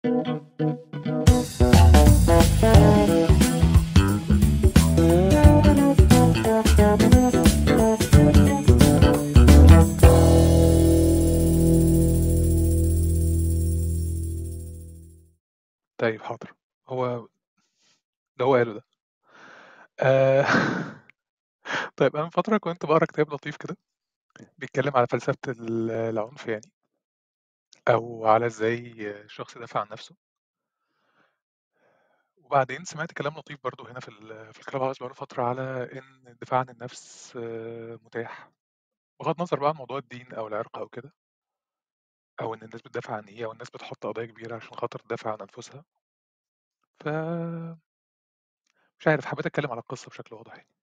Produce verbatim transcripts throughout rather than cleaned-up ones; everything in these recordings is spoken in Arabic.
طيب حاضر. هو ده هو قاله ده. آآ طيب أنا من فترة كنت باقرا كتاب لطيف كده، بيتكلم على فلسفة ال العنف يعني، أو على إزاي الشخص يدافع عن نفسه. وبعدين سمعت كلام لطيف برضه هنا في ال في الclub house بقى له فترة على إن الدفاع عن النفس آه، متاح، بغض النظر بقى عن موضوع الدين أو العرق أو كده، أو إن الناس بتدافع عن إيه، أو الناس بتحط قضايا كبيرة عشان خاطر تدافع عن أنفسها. فمش عارف، حبيت أتكلم على القصة بشكل واضح يعني.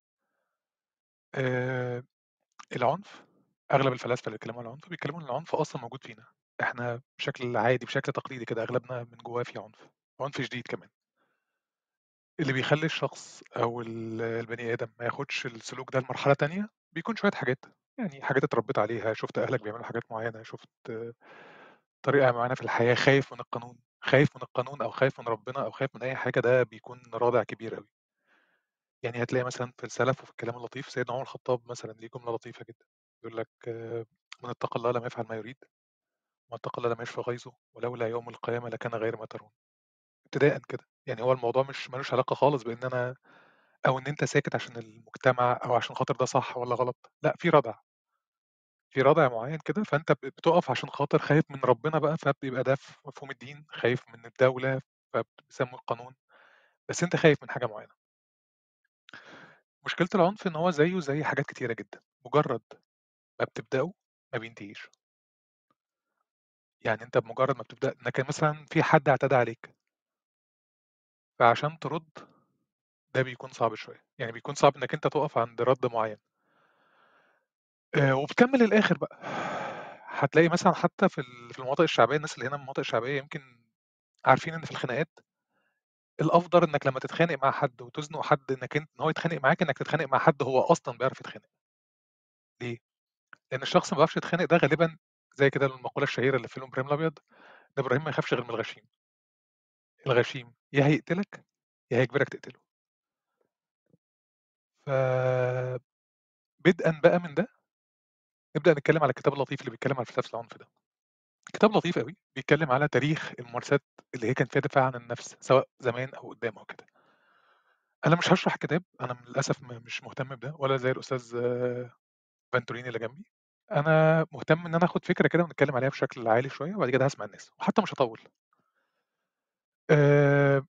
آآ العنف، أغلب الفلاسفة اللي بيتكلموا عن العنف بيتكلموا إن العنف أصلًا موجود فينا، إحنا بشكل عادي بشكل تقليدي كده أغلبنا من جواه في عنف، عنف شديد كمان. اللي بيخلّي الشخص أو ال البني آدم ما ياخدش السلوك ده لمرحلة تانية، بيكون شوية حاجات، يعني حاجات اتربيت عليها، شُفت أهلك بيعملوا حاجات معيّنة، شُفت آه، طريقة معيّنة في الحياة، خايف من القانون، خايف من القانون أو خايف من ربنا أو خايف من أي حاجة، ده بيكون رادع كبير أوي. يعني هتلاقي مثلًا في السلف وفي الكلام اللطيف سيدنا عمر الخطاب مثلًا ليه جملة لطيفة جدًا، يقول لك: آه، "من اتقى الله لم يفعل ما يريد، ومن اتقى الله لم يشفى غيظه، ولولا يوم القيامة لكان غير ما ترون." ابتداءً كده، يعني هو الموضوع مش ما لوش علاقة خالص بإن أنا أو إن أنت ساكت عشان المجتمع أو عشان خاطر ده صح والّا غلط، لأ في ردع، في ردع معيّن كده، فأنت ب بتُقف عشان خاطر خايف من ربنا بقى، فبيبقى ده في مفهوم الدين، خايف من الدولة فبيسموا القانون، بس أنت خايف من حاجة معيّنة. مشكلة العنف إن هو زيه زي حاجات كتيرة جدًا، مجرد ما بتبدأه ما بينتهيش. يعني أنت بمجرد ما بتبدأ إنك مثلًا في حد اعتدى عليك، فعشان ترُد ده بيكون صعب شوية، يعني بيكون صعب إنك أنت تُقف عند رَد معيّن. آآ وبتكمّل للآخر بقى. هتلاقي مثلًا حتى في ال في المناطق الشعبية، الناس اللي هنا من المناطق الشعبية يمكن عارفين إن في الخناقات الأفضل إنك لمّا تتخانق مع حد وتزنق حد إنك أنت إن هو يتخانق معاك، إنك تتخانق مع حد هو أصلًا بيعرف يتخانق. ليه؟ لإن الشخص اللي ما بيعرفش يتخانق ده غالبًا زي كده المقولة الشهيرة اللي في فيلم إبراهيم الأبيض، إن إبراهيم ما يخافش غير من الغشيم. الغشيم يا هيقتلك يا هيجبرك تقتله. ف بدءًا بقى من ده، نبدأ نتكلم على الكتاب اللطيف اللي بيتكلم على فلسفة العنف ده. كتاب لطيف أوي، بيتكلم على تاريخ الممارسات اللي هي كان فيها دفاع عن النفس، سواء زمان أو قدّام أو كده. أنا مش هاشرح الكتاب، أنا م للأسف م مش مهتم بده ولا زي الأستاذ فانتوريني اللي جنبي. أنا مهتم إن أنا آخد فكرة كده ونتكلم عليها بشكل عالي شوية، وبعد كده هاسمع الناس، وحتى مش هاطوّل. آآ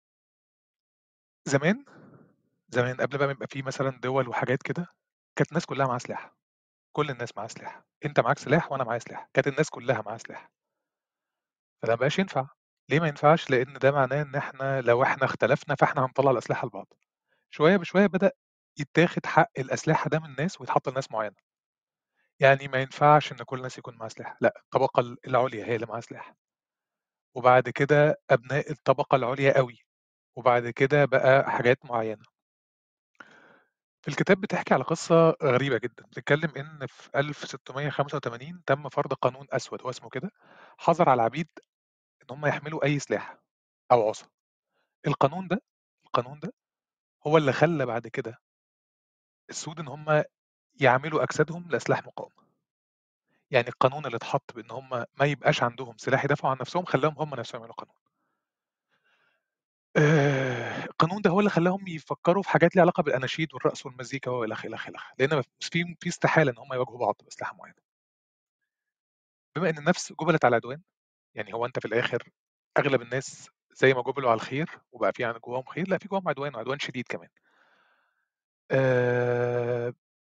زمان، زمان قبل بقى ما يبقى في مثلًا دول وحاجات كده، كانت الناس كلّها معاها سلاح، كل الناس معاها سلاح، أنت معاك سلاح وأنا معايا سلاح، كانت الناس كلّها معاها سلاح. فده ما بقاش ينفع. ليه ما ينفعش؟ لإن ده معناه إن إحنا لو إحنا اختلفنا فإحنا هنطلّع الأسلحة لبعض. شوية بشوية بدأ يتاخد حق الأسلحة ده من الناس ويتحط لناس معيّنة. يعني ما ينفعش إن كل الناس يكون معاها سلاح، لأ، الطبقة ال العُليا هي اللي معاها سلاح، وبعد كده أبناء الطبقة العُليا أوي، وبعد كده بقى حاجات معيّنة. في الكتاب بتحكي على قصة غريبة جدًا، بتتكلم إن في ألف وستمية وخمسة وتمانين تم فرض قانون أسود، هو اسمه كده، حظر على العبيد إن هم يحملوا أي سلاح أو عُصا. القانون ده القانون ده هو اللي خلّى بعد كده السود إن هم يعملوا أجسادهم لأسلحة مقاومة. يعني القانون اللي اتحط بإن هم ما يبقاش عندهم سلاح يدافعوا عن نفسهم، خلّاهم هم نفسهم يعملوا قانون. آآ القانون ده هو اللي خلّاهم يفكّروا في حاجات ليها علاقة بالأناشيد والرقص والمزيكا وإلخ، إلخ، إلخ، لإن ما في في استحالة إن هم يواجهوا بعض بأسلحة معيّنة. بما إن النفس جُبلت على العدوان، يعني هو أنت في الآخر أغلب الناس زي ما جُبلوا على الخير وبقى في عن جواهم خير، لأ في جواهم عدوان وعدوان شديد كمان. آآ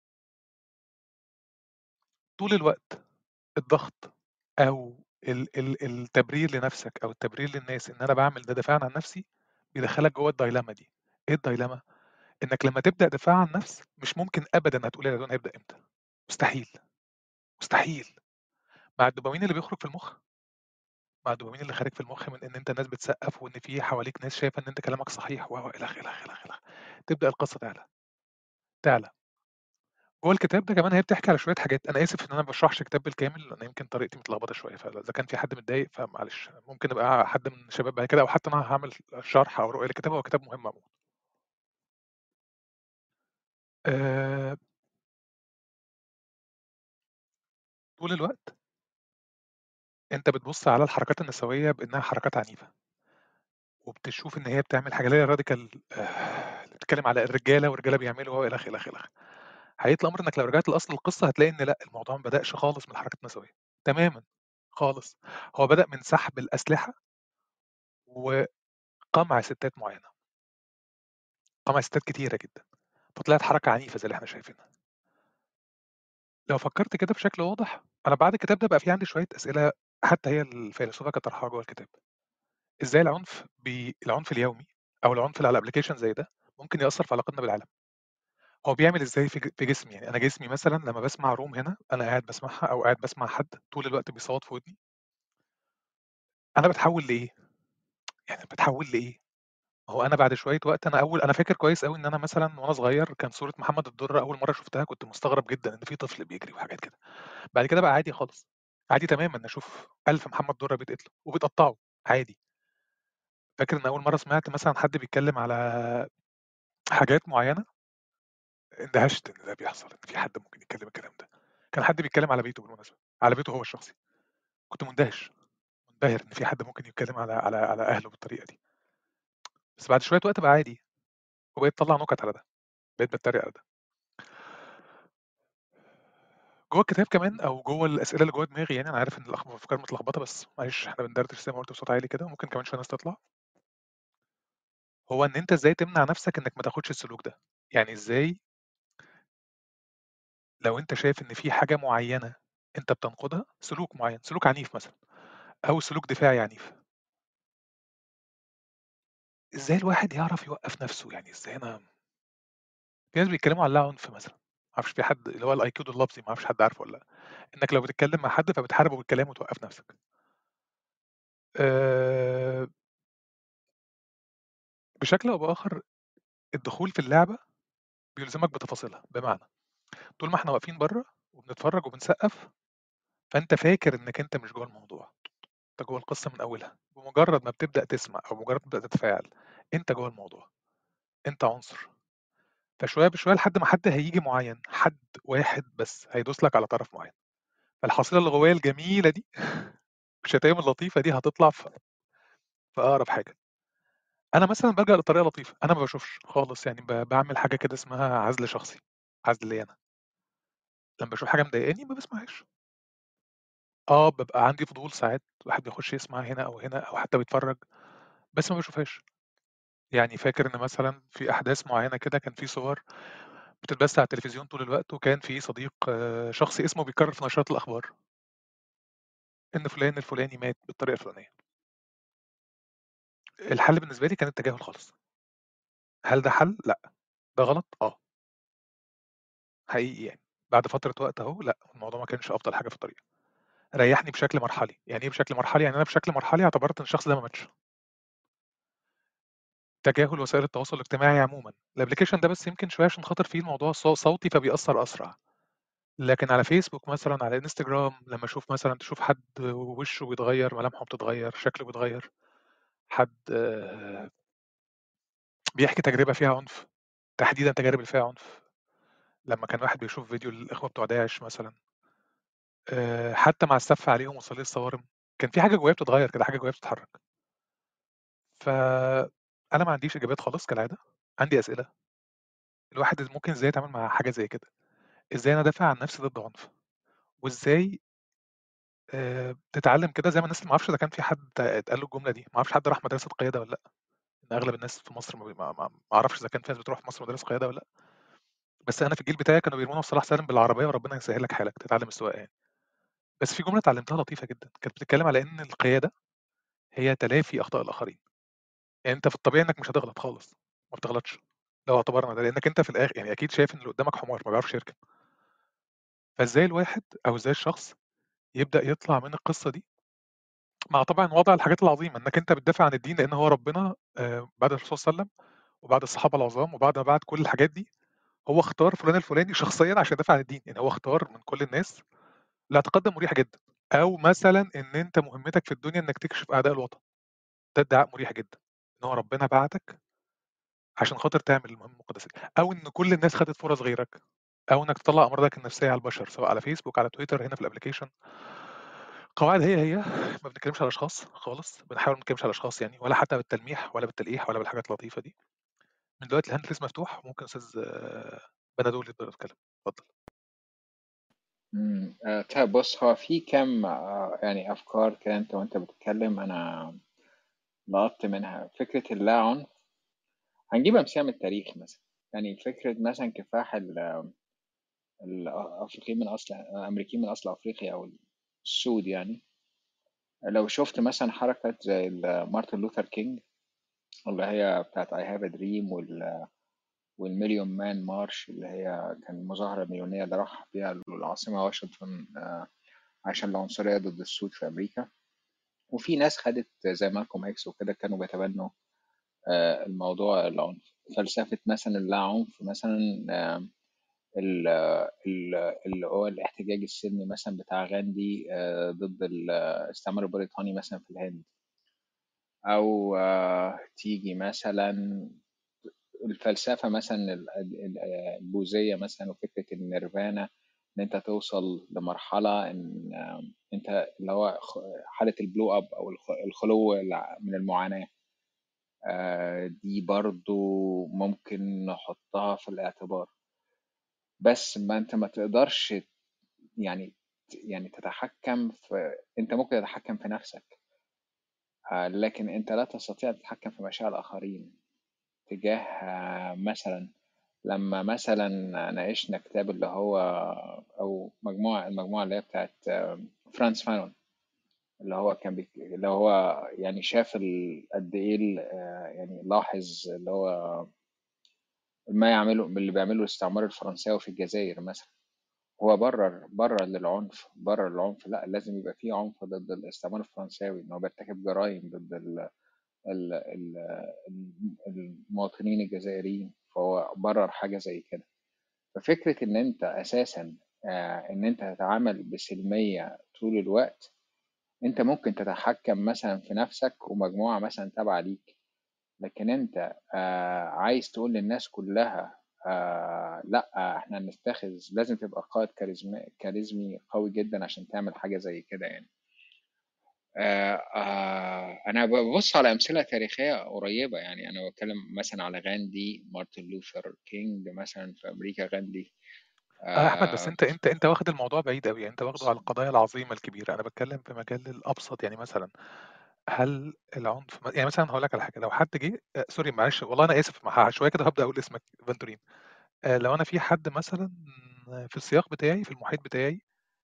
طول الوقت الضغط أو ال ال التبرير لنَفْسك أو التبرير للناس إن أنا باعمل ده دفاعًا عن نَفْسي، بيدخّلك جوّه الدايلاما دي. إيه الدايلاما؟ إنّك لمّا تبدأ دفاع عن النَفْس مش ممكن أبدًا هتقول العدوان هيبدأ إمتى، مستحيل، مستحيل. مع الدوبامين اللي بيخرج في المُخ، مع الدوبامين اللي خارج في المُخ من إن أنت الناس بتسقّف وإن في حواليك ناس شايفة إن أنت كلامك صحيح و، و، إلخ، إلخ، إلخ، إلخ، تبدأ القصة تعلى، تعلى. جوّه الكتاب ده كمان هي بتحكي على شوية حاجات، أنا آسف إن أنا ما باشرحش كتاب بالكامل، لأن يمكن طريقتي متلخبطة شوية، فإذا كان في حد متضايق فمعلش، ممكن يبقى حد من الشباب بعد كده أو حتى أنا هاعمل شرح أو رؤية للكتاب، هو كتاب مهم عمومًا. آآ طول الوقت أنت بتبُص على الحركات النسوية بإنها حركات عنيفة، وبتشوف إن هي بتعمل حاجة اللي هي radical آآ اللي بتتكلم على الرجالة والرجالة بيعملوا و إلخ، إلخ، إلخ. حقيقة الأمر إنك لو رجعت لأصل القصة هتلاقي إن لأ، الموضوع ما بدأش خالص من الحركات النسوية، تمامًا، خالص. هو بدأ من سحب الأسلحة وقمع ستات معيّنة، قمع ستات كتيرة جدًا، فطلعت حركة عنيفة زي اللي إحنا شايفينها. لو فكرت كده بشكل واضح، أنا بعد الكتاب ده بقى في عندي شوية أسئلة حتى هي الفيلسوفة كانت طرحاها جوّه الكتاب. إزاي العنف بي العنف اليومي أو العنف اللي على application زي ده ممكن يأثّر في علاقتنا بالعالم؟ هو بيعمل إزاي في ج في جسمي؟ يعني أنا جسمي مثلًا لمّا باسمع روم هنا، أنا قاعد باسمعها أو قاعد باسمع حد طول الوقت بيصوّت في ودني، أنا باتحوّل لإيه؟ يعني باتحوّل لإيه؟ ما هو أنا بعد شوية وقت أنا أول أنا فاكر كويس أوي إن أنا مثلًا وأنا صغير كان صورة محمد الدُرة أول مرّة شُفتها كنت مستغرب جدًا إن في طفل بيجري وحاجات كده، بعد كده بقى عادي خالص، عادي تمامًا إن أشوف ألف محمد دُرة بيتقتلوا وبيتقطّعوا عادي. فاكر إن أول مرّة سمعت مثلًا حد بيتكلّم على حاجات معيّنة اندهشت إن ده بيحصل، إن في حد ممكن يتكلّم الكلام ده. كان حد بيتكلّم على بيته بالمناسبة، على بيته هو الشخصي، كنت مندهش، منبهر إن في حد ممكن يتكلّم على على على أهله بالطريقة دي، بس بعد شوية وقت بقى عادي، وبقيت أطلّع نُكت على ده، بقيت باتريق على ده. جوّه الكتاب كمان أو جوّه الأسئلة اللي جوّه دماغي يعني أنا عارف إن الأخ الأفكار متلخبطة بس معلش إحنا بندردش زي ما قُلت بصوت عالي كده وممكن كمان شوية ناس تطلع، هو إن أنت إزاي تمنع نَفْسك إنّك ما تاخُدش السلوك ده، يعني إزاي لو أنت شايف إن في حاجة معيّنة أنت بتنقدها، سلوك معيّن، سلوك عنيف مثلًا أو سلوك دفاعي عنيف، إزاي الواحد يعرف يوقّف نَفْسه، يعني إزاي أنا في ناس بيتكلّموا عن اللا عنف مثلًا، ما أعرفش في حد اللي هو الأيكيدو اللفظي ما أعرفش حد عارفه والّا لأ، إنّك لو بتتكلّم مع حد فبتحاربه بالكلام وتوقّف نَفْسك. آآ بشكل أو بآخر الدخول في اللعبة بيلزمك بتفاصيلها، بمعنى طول ما إحنا واقفين برّه وبنتفرّج وبنسقّف، فأنت فاكر إنّك أنت مش جوّه الموضوع، أنت جوّه القصة من أولها، بمجرّد ما بتبدأ تسمع أو مجرّد ما تبدأ تتفاعل، أنت جوّه الموضوع، أنت عنصر، فشوية بشوية لحد ما حد هييجي معيّن، حد واحد بس هيدوس لك على طرف معيّن، فالحصيلة اللغوية الجميلة دي الشتايم اللطيفة دي هتطلع في في أقرب حاجة. أنا مثلًا بالجأ لطريقة لطيفة، أنا ما باشوفش خالص يعني ب باعمل حاجة كده اسمها عزل شخصي، عزل ليّا أنا، لمّا باشوف حاجة مضايقاني ما باسمعهاش. آه، بابقى عندي فضول ساعات الواحد بيخش يسمع هنا أو هنا أو حتى بيتفرّج، بس ما باشوفهاش. يعني فاكر إن مثلًا في أحداث معيّنة كده كان في صور بتتبث على التلفزيون طول الوقت، وكان في صديق آآ شخصي اسمه بيتكرر في نشرات الأخبار، إن فلان الفلاني مات بالطريقة الفلانية. الحل بالنسبة لي كان التجاهل خالص. هل ده حل؟ لأ. ده غلط؟ آه، حقيقي يعني. بعد فترة وقت أهو لأ، الموضوع ما كانش أفضل حاجة في الطريق. ريّحني بشكل مرحلي، يعني إيه بشكل مرحلي؟ يعني أنا بشكل مرحلي اعتبرت إن الشخص ده ما ماتش. تجاهل وسائل التواصل الاجتماعي عمومًا، الapplication ده بس يمكن شوية عشان خاطر فيه الموضوع ص صوتي فبيأثّر أسرع، لكن على فيسبوك مثلًا، على إنستجرام، لمّا أشوف مثلًا تشوف حد وشه بيتغيّر، ملامحه بتتغيّر، شكله بيتغيّر، حد آآ بيحكي تجربة فيها عنف، تحديدًا التجارب اللي فيها عنف، لمّا كان واحد بيشوف فيديو للإخوة بتوع داعش مثلًا، آآ حتى مع السَف عليهم وصليل الصوارم، كان في حاجة جوايا بتتغيّر كده، حاجة جوايا بتتحرك. فأنا ما عنديش إجابات خالص كالعادة، عندي أسئلة، الواحد ممكن إزاي يتعامل مع حاجة زي كده؟ إزاي أنا أدافع عن نفسي ضد عنف؟ وإزاي آآ تتعلم كده زي ما الناس ما أعرفش إذا كان في حد اتقال له الجملة دي، ما أعرفش حد راح مدرسة قيادة والّا لأ، إن أغلب الناس في مصر ما بي ما ما ما أعرفش إذا كان في ناس بتروح في مصر مدارس قيادة والّا لأ، بس أنا في الجيل بتاعي كانوا بيرمونا في صلاح سالم بالعربية وربنا يسهّل لك حالك، تتعلم السواقة يعني. بس في جملة اتعلمتها لطيفة جدًا، كانت بتتكلم على إن القيادة هي تلافي أخطاء الآخرين، يعني أنت في الطبيعي إنك مش هتغلط خالص، ما بتغلطش، لو اعتبرنا ده، لإنك أنت في الآخر يعني أكيد شايف إن اللي قدامك حمار ما بيعرفش يركن، فإزاي الواحد أو إزاي الشخص يبدأ يطلع من القصة دي، مع طبعًا وضع الحاجات العظيمة، إنك أنت بتدافع عن الدين لإن هو ربنا آآ بعد الرسول صلى الله عليه وسلم وبعد الصحابة العظام وبعد ما بعد كل الحاجات دي، هو اختار فلان الفلاني شخصيًا عشان يدافع عن الدين، يعني هو اختار من كل الناس الاعتقاد ده مريح جدًا، أو مثلًا إن أنت مهمتك في الدنيا إنك تكشف أعداء الوطن، ده ادعاء مريح جدًا، إن هو ربنا بعتك عشان خاطر تعمل المهمة المقدسة دي، أو إن كل الناس خدت فرص غيرك، أو إنك تطلّع أمراضك النفسية على البشر، سواء على فيسبوك، على تويتر، هنا في الapplication. قواعد هي، هي، ما بنتكلمش على أشخاص خالص، بنحاول ما نتكلمش على أشخاص يعني، ولا حتى بالتلميح ولا بالتلقيح ولا بالحاجات اللطيفة دي. من دلوقتي الهاند لسه مفتوح، ممكن أستاذ بنادول يقدر يتكلم، اتفضل. امم آه، طيب بص، هو في كام آه، يعني أفكار كده أنت وأنت بتتكلم أنا لقطت منها فكرة اللاعنف. هنجيب أمثلة من التاريخ مثلا، يعني فكرة مثلا كفاح ال- الأفريقيين من أصل أمريكيين من أصل أفريقي أو السود يعني. لو شفت مثلا حركة زي ال- مارتن لوثر كينج اللي هي بتاعت I have a dream وال والمليون مان مارش اللي هي كان مظاهرة مليونية اللي راح بيها العاصمة واشنطن آه، عشان العنصرية ضد السود في أمريكا. وفي ناس خدت زي مالكوم اكس وكده كانوا بيتبنوا آه، الموضوع العنف، فلسفة مثلا اللا عنف مثلا آه، ال- ال- اللي هو الاحتجاج السلمي مثلا بتاع غاندي آه، ضد الاستعمار البريطاني مثلا في الهند. أو آه، تيجي مثلا الفلسفة مثلا ال- ال- البوذية مثلا وفكرة النيرفانا، إن أنت توصل لمرحلة إن آه، أنت اللي هو خ- حالة البلو أب أو الخ- الخلو الع- من المعاناة. آه، دي برضو ممكن نحطها في الاعتبار، بس ما أنت ما تقدرش يعني يعني تتحكم في، أنت ممكن تتحكم في نفسك آه، لكن أنت لا تستطيع تتحكم في مشاعر الآخرين تجاه آه، مثلا لما مثلا ناقشنا كتاب اللي هو أو مجموعة المجموعة اللي هي بتاعت آه، فرانس فانون، اللي هو كان بيك... اللي هو يعني شاف ال- قد ايه ال- آه، يعني لاحظ اللي هو ما يعمله اللي بيعمله الاستعمار الفرنساوي في الجزائر مثلا. هو برر برر للعنف، برر العنف، لا لازم يبقى فيه عنف ضد الاستعمار الفرنساوي، ان هو بيرتكب جرائم ضد ال... ال... ال... المواطنين الجزائريين، فهو برر حاجة زي كده. ففكرة ان انت اساسا آه، ان انت تتعامل بسلمية طول الوقت، انت ممكن تتحكم مثلا في نفسك ومجموعة مثلا تابعة ليك، لكن انت آه عايز تقول للناس كلها آه لا احنا نتخذ، لازم تبقى قائد كاريزما كاريزمي قوي جدا عشان تعمل حاجة زي كده يعني. آه آه انا ببص على امثلة تاريخية قريبة، يعني انا بتكلم مثلا على غاندي، مارتن لوثر كينج مثلا في امريكا غاندي. آه أحمد، بس آه أنت أنت أنت واخد الموضوع بعيد أوي، يعني أنت واخده على القضايا العظيمة الكبيرة، أنا باتكلم في مجال الأبسط، يعني مثلًا هل العنف م يعني مثلًا هاقول لك على حاجة، لو حد جه آآ سوري معلش والله أنا آسف ه شوية كده هابدأ أقول اسمك فالتورين. آآ لو أنا في حد مثلًا في السياق بتاعي، في المحيط بتاعي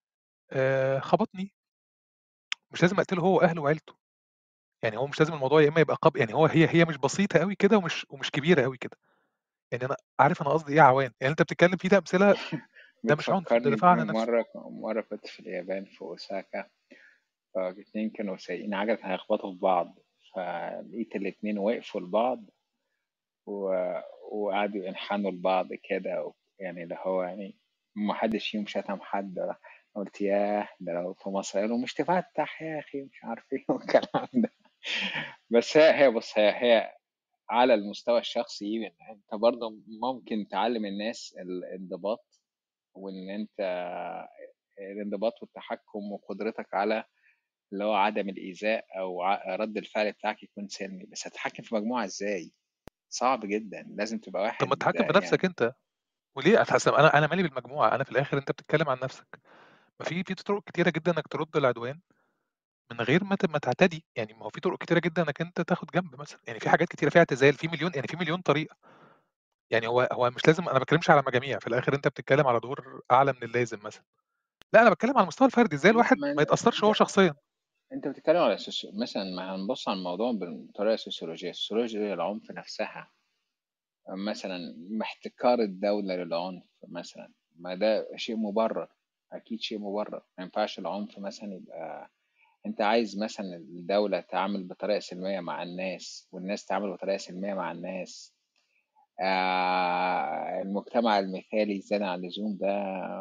آآ خبطني، مش لازم أقتله هو وأهله وعيلته، يعني هو مش لازم الموضوع يا إما يبقى قب يعني هو هي هي مش بسيطة أوي كده ومش ومش كبيرة أوي كده، يعني أنا عارف أنا قصدي إيه عوان، يعني أنت بتتكلم فيه ده أمثلة، ده مش عنف، ده بتفكرني دفاع عن النفس. بمرة مرة كنت في اليابان في أوساكا، فالاتنين كانوا سايقين عجلة كانوا هيخبطوا في بعض، فلقيت الاتنين وقفوا لبعض و... وقعدوا ينحنوا لبعض كده و... يعني اللي هو يعني محدش فيهم شتم حد ولا. قلت ياه، ده لو في مصر قالوا مش تفتح يا أخي مش عارف ايه والكلام ده. بس هي هي بص هي هي على المستوى الشخصي إن انت برضه ممكن تعلم الناس الانضباط، وان انت الانضباط والتحكم وقدرتك على اللي هو عدم الإيذاء أو ع- رد الفعل بتاعك يكون سلمي، بس هتتحكم في مجموعة إزاي؟ صعب جدا، لازم تبقى طب ما واحد تتحكم آه، في نفسك يعني. أنت، وليه أتحسب أنا أنا مالي بالمجموعة، أنا في الآخر أنت بتتكلم عن نفسك، ما في في طرق كتيرة جدًا إنك ترد العدوان من غير ما ت ما تعتدي، يعني ما هو في طرق كتيرة جدًا إنك أنت تاخد جنب مثلًا، يعني في حاجات كتيرة، في اعتزال، في مليون يعني في مليون طريقة، يعني هو هو مش لازم، أنا ما باتكلمش على مجاميع، في الآخر أنت بتتكلم على دور أعلى من اللازم مثلًا، لأ أنا باتكلم على المستوى الفردي، إزاي لا الواحد ما ما يتأثرش هو شخصيًا. أنت بتتكلم على سوسي... مثلا ما هنبص على الموضوع بطريقة سوسيولوجية، السوسيولوجيا العنف نفسها مثلا احتكار الدولة للعنف مثلا، ما ده شيء مبرر، أكيد شيء مبرر. ما ينفعش العنف مثلا يبقى أنت عايز مثلا الدولة تعامل بطريقة سلمية مع الناس والناس تعامل بطريقة سلمية مع الناس. آه، المجتمع المثالي زيادة عن اللزوم ده،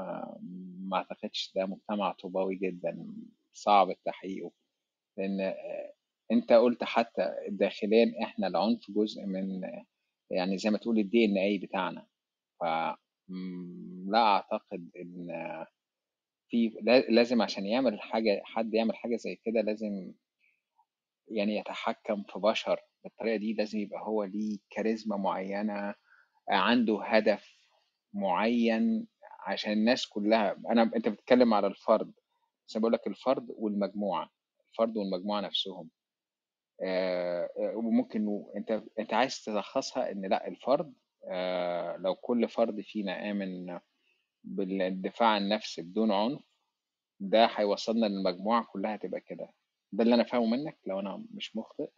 ما أعتقدش، ده مجتمع طوباوي جدا صعب تحقيقه. لأن آه، أنت قلت حتى داخليا إحنا العنف جزء من، يعني زي ما تقول الدي إن إيه بتاعنا. ف م، لا أعتقد إن في لا- لازم عشان يعمل حاجة، حد يعمل حاجة زي كده لازم يعني يتحكم في بشر بالطريقة دي. لازم يبقى هو ليه كاريزما معينة، عنده هدف معين عشان الناس كلها. انا انت بتتكلم على الفرد، بس انا بقول لك الفرد والمجموعه، الفرد والمجموعه نفسهم. آه، آه، وممكن و- انت انت عايز تلخصها ان لا الفرد، آه، لو كل فرد فينا آمن بالدفاع عن النفس بدون عنف، ده هيوصلنا للمجموعة كلها تبقى كده. ده اللي انا فاهمه منك لو انا مش مخطئ.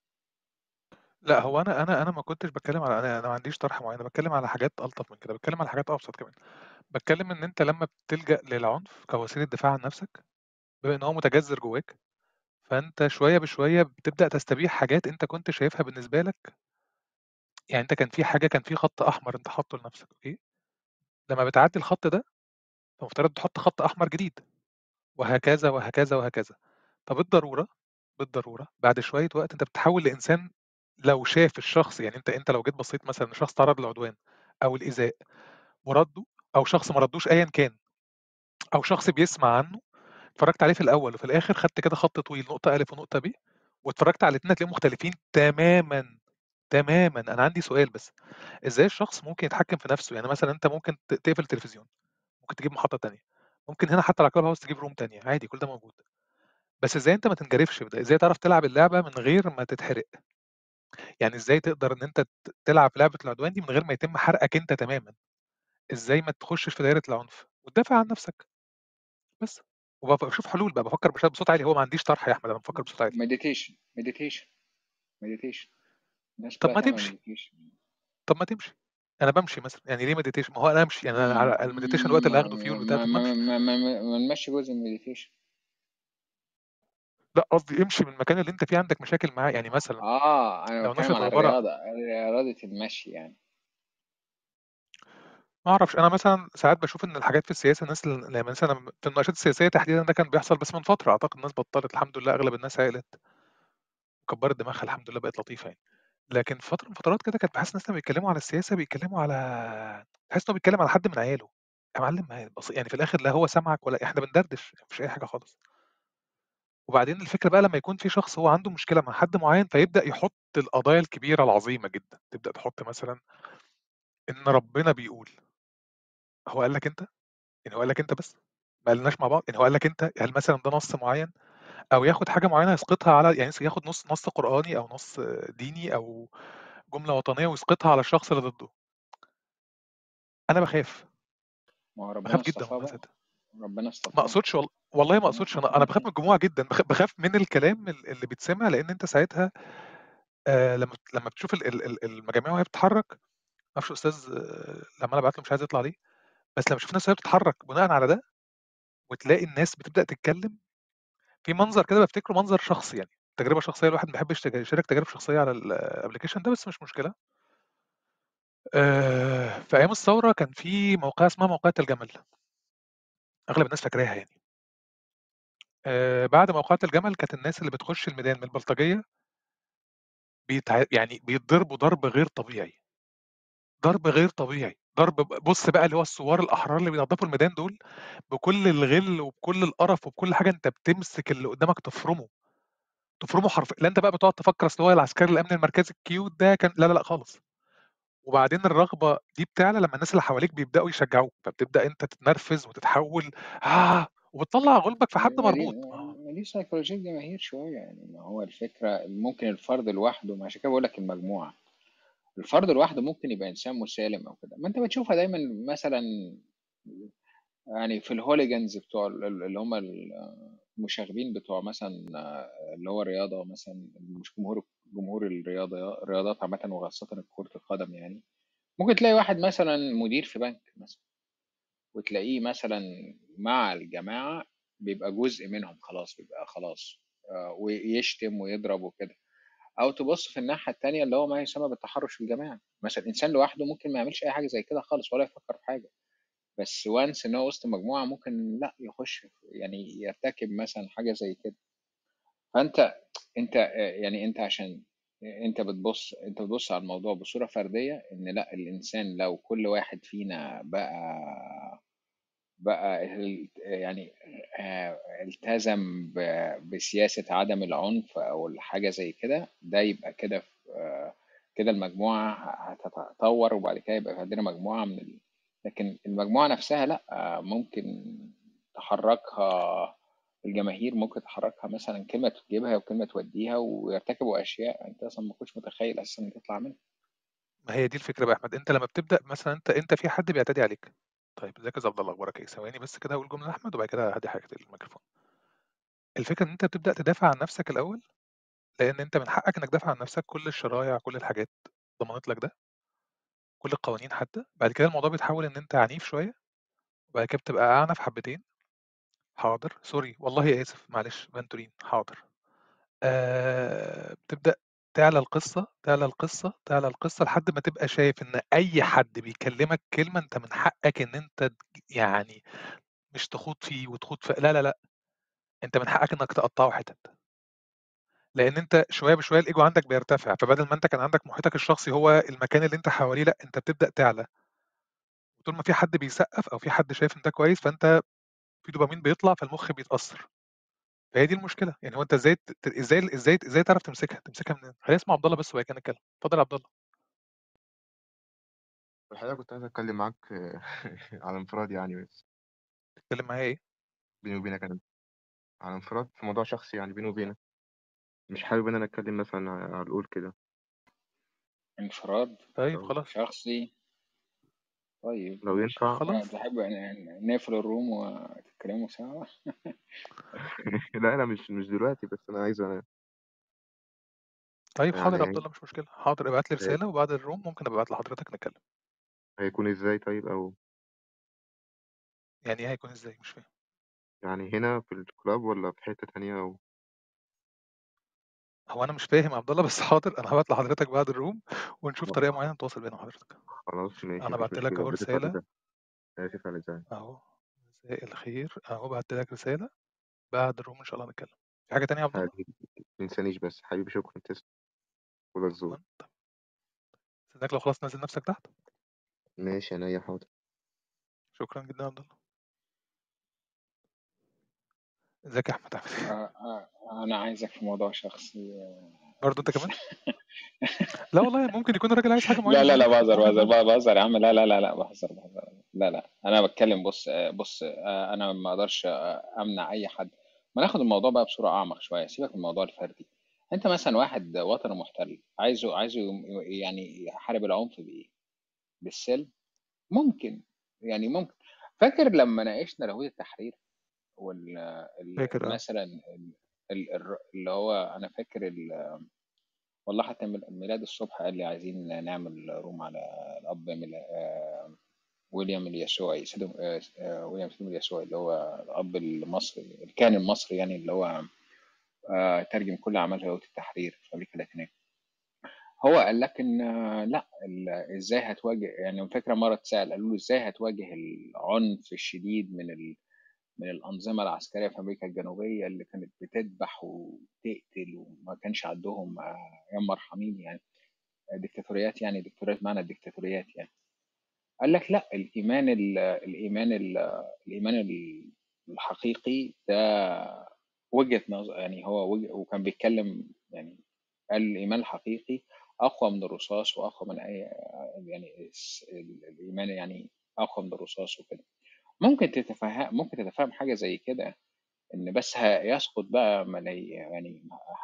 لأ، هو أنا أنا أنا ما كنتش باتكلم على أنا أنا ما عنديش طرح معين، أنا باتكلم على حاجات ألطف من كده، باتكلم على حاجات أبسط كمان. باتكلم إن أنت لمّا بتلجأ للعنف كوسيلة دفاع عن نفسك، بما إن هو متجذر جواك، فأنت شوية بشوية بتبدأ تستبيح حاجات أنت كنت شايفها بالنسبة لك. يعني أنت كان في حاجة، كان في خط أحمر أنت حاطّه لنفسك، أوكي؟ لمّا بتعدّي الخط ده، فمفترض تحط خط أحمر جديد، وهكذا، وهكذا، وهكذا. فبالضرورة، بالضرورة بعد شوية وقت أنت بتتحوّل لإنسان لو شاف الشخص، يعني أنت أنت لو جيت بصّيت مثلًا لشخص اتعرّض للعدوان أو الإيذاء ورَدّه، أو شخص ما ردّوش أيًا كان، أو شخص بيسمع عنّه، اتفرّجت عليه في الأول وفي الآخر، خدت كده خط طويل نقطة أ ونقطة ب، واتفرّجت على الاتنين هتلاقيهم مختلفين تمامًا، تمامًا. أنا عندي سؤال بس، إزاي الشخص ممكن يتحكّم في نَفْسه؟ يعني مثلًا أنت ممكن ت تقفل التلفزيون، ممكن تجيب محطة تانية، ممكن هنا حتى على club house تجيب room تانية، عادي كل ده موجود. بس إزاي أنت ما تنجرفش بده؟ إزاي تعرف تلعب اللعبة من غير ما تتحرق؟ يعني إزاي تقدر إن أنت ت تلعب لعبة العدوان دي من غير ما يتم حرقك أنت تمامًا؟ إزاي ما تخشش في دايرة العنف وتدافع عن نفسك؟ بس. وب باشوف حلول بقى، بافكّر بش بصوت عالي، هو ما عنديش طرح يا أحمد، أنا بافكّر بصوت عالي. مديتيشن مديتيشن مديتيشن، الناس طب كلها ما تعمل تمشي، مديتيشن. طب ما تمشي. أنا بامشي مثلًا، يعني ليه meditation؟ ما هو أنا أمشي، يعني أنا على الmeditation الوقت اللي ما هاخده fuel بتاعي، ما طب ما ما أمشي. ما ما ما نمشي جزء من المديتيشن. لأ، قصدي امشي من المكان اللي أنت فيه عندك مشاكل معاه، يعني مثلًا اه انا لو بتكلم نفرض على عبارة، الرياضة، رياضة المشي يعني. ما أعرفش، أنا مثلًا ساعات باشوف إن الحاجات في السياسة، الناس ال يعني مثلًا في المناقشات السياسية تحديدًا ده كان بيحصل بس من فترة، أعتقد الناس بطّلت الحمد لله، أغلب الناس عقلت وكبّرت دماغها الحمد لله، بقت لطيفة يعني. لكن في فترة من فترات كده كنت باحس الناس لمّا بيتكلموا على السياسة بيتكلموا على، تحس إن هو بيتكلم على حد من عياله. يا معلم ما هي بس يعني في الآخر لا هو سامعك ولا إحنا بندردش، ما فيش أي حاجة خالص. وبعدين الفكرة بقى لمّا يكون في شخص هو عنده مشكلة مع حد معيّن، فيبدأ يحط القضايا الكبيرة العظيمة جدًا، تبدأ تحط مثلًا إن ربنا بيقول. هو قال لك أنت؟ يعني هو قال لك أنت بس؟ ما قالناش مع بعض؟ يعني هو قال لك أنت؟ هل مثلًا ده نص معيّن؟ أو ياخد حاجة معيّنة يسقطها على، يعني ياخد نص نص قرآني أو نص ديني أو جملة وطنية ويسقطها على الشخص اللي ضده. أنا باخاف، ما هو ربنا باخاف جدًا اصطفاه والله بقى، تصدق. ربنا ما اصطفاه. أقصدش وال والله ما أقصدش، أنا أنا باخاف من الجموع جدًا، باخ باخاف من الكلام ال اللي بيتسمع، لإن أنت ساعتها آآ لمّا ت لمّا بتشوف ال ال ال المجاميع وهي بتتحرك، ما أعرفش الأستاذ آه، لمّا أنا ابعت له مش عايز يطلع ليه، بس لمّا تشوف الناس وهي بتتحرك بناءً على ده، وتلاقي الناس بتبدأ تتكلم، في منظر كده بافتكره منظر شخصي يعني، تجربة شخصية، الواحد ما بيحبش تج يشارك تجارب شخصية على الapplication ده، بس مش مشكلة. آآ في أيام الثورة كان في موقعة اسمها موقعة الجمل، أغلب الناس فاكراها يعني. آآ بعد موقعة الجمل كانت الناس اللي بتخش الميدان من البلطجية بيتع يعني بيتضربوا ضرب غير طبيعي، ضرب غير طبيعي، ضرب ب بُص بقى اللي هو الثوار الأحرار اللي بينضفوا الميدان دول، بكل الغِل وبكل القرف وبكل حاجة، أنت بتمسك اللي قدامك تفرمه، تفرمه حرف لا أنت بقى بتقعد تفكر أصل هو العسكري الأمن المركزي الcute ده كان، لا، لا، لأ خالص. وبعدين الرغبة دي بتعلى لمّا الناس اللي حواليك بيبدأوا يشجعوك، فبتبدأ أنت تتنرفز وتتحول آه، وبتطلّع غُلبك في حد ما دي مربوط. آه. ما دي سيكولوجية جماهير شوية يعني. ما هو الفكرة ممكن الفرد لوحده، ما عشان كده بقول لك المجموعة. الفرد لوحده ممكن يبقى إنسان مسالم أو كده، ما أنت بتشوفها دايما مثلا يعني في الهوليجانز بتوع ال- ال- اللي هم المشاغبين بتوع مثلا آه، اللي هو الرياضة مثلا، مش جمهور جمهور الرياضة الرياضات عامة وخاصة كرة القدم يعني. ممكن تلاقي واحد مثلا مدير في بنك مثلا، وتلاقيه مثلا مع الجماعة بيبقى جزء منهم خلاص، بيبقى خلاص آه، ويشتم ويضرب وكده. أو تبص في الناحية التانية اللي هو ما يسمى بالتحرش الجماعي. مثلا إنسان لوحده ممكن ما يعملش أي حاجة زي كده خالص ولا يفكر في حاجة، بس وانس إن هو وسط مجموعة ممكن لا يخش يعني يرتكب مثلا حاجة زي كده. فأنت أنت يعني أنت عشان أنت بتبص أنت بتبص على الموضوع بصورة فردية، إن لا الإنسان لو كل واحد فينا بقى بقى ال- يعني آه، التزم ب- بسياسة عدم العنف أو الحاجة زي كده، ده يبقى كده في- آه، كده المجموعة هتتطور، وبعد كده يبقى عندنا مجموعة من ال... لكن المجموعة نفسها لأ، آه، ممكن تحركها الجماهير، ممكن تحركها مثلا كلمة تجيبها وكلمة توديها، ويرتكبوا أشياء أنت أصلا ما كنتش متخيل أساسا إن تطلع منها. ما هي دي الفكرة بقى يا أحمد، أنت لمّا بتبدأ مثلًا أنت أنت في حد بيعتدي عليك، طيب إزيك يا أستاذ عبد الله أخبارك إيه؟ ثواني بس كده هاقول جملة لأحمد وبعد كده هادّي حضرتك الميكروفون. الفكرة إن أنت بتبدأ تدافع عن نفسك الأول، لإن أنت من حقك إنك تدافع عن نفسك، كل الشرايع كل الحاجات ضمنت لك ده، كل القوانين حتى، بعد كده الموضوع بيتحول إن أنت عنيف شوية، وبعد كده بتبقى أعنف حبتين، حاضر، سوري، والله آسف، معلش بنتولين، حاضر. آآ بتبدأ تعلى القصة، تعلى القصة، تعلى القصة لحد ما تبقى شايف إن أي حد بيكلمك كلمة أنت من حقك إن أنت تج يعني مش تخوض فيه وتخوض في لا، لا، لأ، أنت من حقك إنك تقطّعه حتت، لإن أنت شوية بشوية الإيجو عندك بيرتفع، فبدل ما أنت كان عندك محيطك الشخصي هو المكان اللي أنت حواليه، لأ، أنت بتبدأ تعلى، وطول ما في حد بيسقّف أو في حد شايف إن ده كويس، فأنت في دوبامين بيطلع فالمخ بيتأثّر. فهي دي المشكلة، يعني هو أنت إزاي ت ت إزاي إزاي إزاي تعرف تمسكها، تمسكها منين؟ خلّينا نسمع عبد الله بس وبعد كده نتكلم، اتفضل يا عبد الله. الحقيقة كنت عايز أتكلم معاك على انفراد يعني، بس تتكلم معايا إيه؟ بيني وبينك أنا، على انفراد في موضوع شخصي يعني بيني وبينك. مش حابب إن أنا أتكلم مثلا على القول كده. انفراد طيب لو خلاص، شخصي. طيب لو ماشي، ينفع. خلاص، تحب ن- نقفل الروم وتتكلموا سوا؟ اوكي. لا أنا مش مش دلوقتي، بس أنا عايز أنا طيب حاضر يا عبد يعني الله مش مشكلة، حاضر ابعت لي هي- رسالة وبعد الروم ممكن أبقى أبعت لحضرتك نتكلم. هيكون إزاي طيب؟ أو يعني إيه هيكون إزاي؟ مش فاهم. يعني هنا في الكلاب ولا في حتة تانية؟ أو هو أنا مش فاهم يا عبد الله بس حاضر أنا هابعت لحضرتك بعد الروم ونشوف طريقة معينة نتواصل بيها مع حضرتك. خلاص ماشي، أنا مفيش بعت لك مشكلة، أهو بس على رسالة ده آسف على الإزعاج. أهو، مساء الخير أهو بعت لك رسالة، بعد الروم إن شاء الله نتكلم. في حاجة تانية يا عبد الله؟ حبيبي متنسانيش بس، حبيبي شكرا، تسلم. ولا الزور. عفوا، طب استناك لو خلاص نزل نفسك تحت. ماشي أنا يا حاضر. شكرا جدا يا عبد الله. ازيك يا أحمد عامل إيه؟ آه، آه، انا عايزك في موضوع شخصي. آه، برضه أنت بس كمان؟ لا والله ممكن يكون الراجل عايز حاجة معينة لا لا لا، منك بهزر ممكن بهزر برضه. بهزر يا عم، لا لا لا لا، بهزر بهزر. لا لا، انا بتكلم. بص آه، بص آه، انا ما اقدرش آه، امنع اي حد. ما ناخد الموضوع بقى بصورة اعمق شوية، سيبك من الموضوع الفردي. انت مثلا واحد وطني محتل، عايزه عايزه يعني يحارب العنف بايه؟ بالسلم؟ ممكن، يعني ممكن. فاكر لما ناقشنا لاهوت التحرير وال فاكر ال- أه. مثلا ال- ال- الر- اللي هو انا فاكر ال- والله حتى ميل- ميلاد الصبح قال لي عايزين نعمل روم على الاب ميلا- آه، ويليام اليسوعي سيدو آه، آه، ويليام سيدو اليسوعي، اللي هو الاب المصري الكاهن المصري، يعني اللي هو آه، ترجم كل اعمال لاهوت التحرير في امريكا اللاتينيه. هو قال لك ان آه، لا ال- ازاي هتواجه، يعني فكره مره اتسال قالوا له ازاي هتواجه العنف الشديد من ال من الأنظمة العسكرية في أمريكا الجنوبية اللي كانت بتذبح وتقتل، وما كانش عندهم آه، أيام مرحمين يعني ديكتاتوريات، يعني ديكتاتوريات معنى الديكتاتوريات يعني. قال لك لا، الإيمان ال الإيمان ال الإيمان ال- الحقيقي ده وجهة نظر، يعني هو وجه، وكان بيتكلم يعني قال الإيمان الحقيقي أقوى من الرصاص وأقوى من أي، يعني الس- الإيمان يعني أقوى من الرصاص وكده. ممكن تتفهم ممكن تتفهم حاجة زي كده، إن بس هيسقط بقى ملاي يعني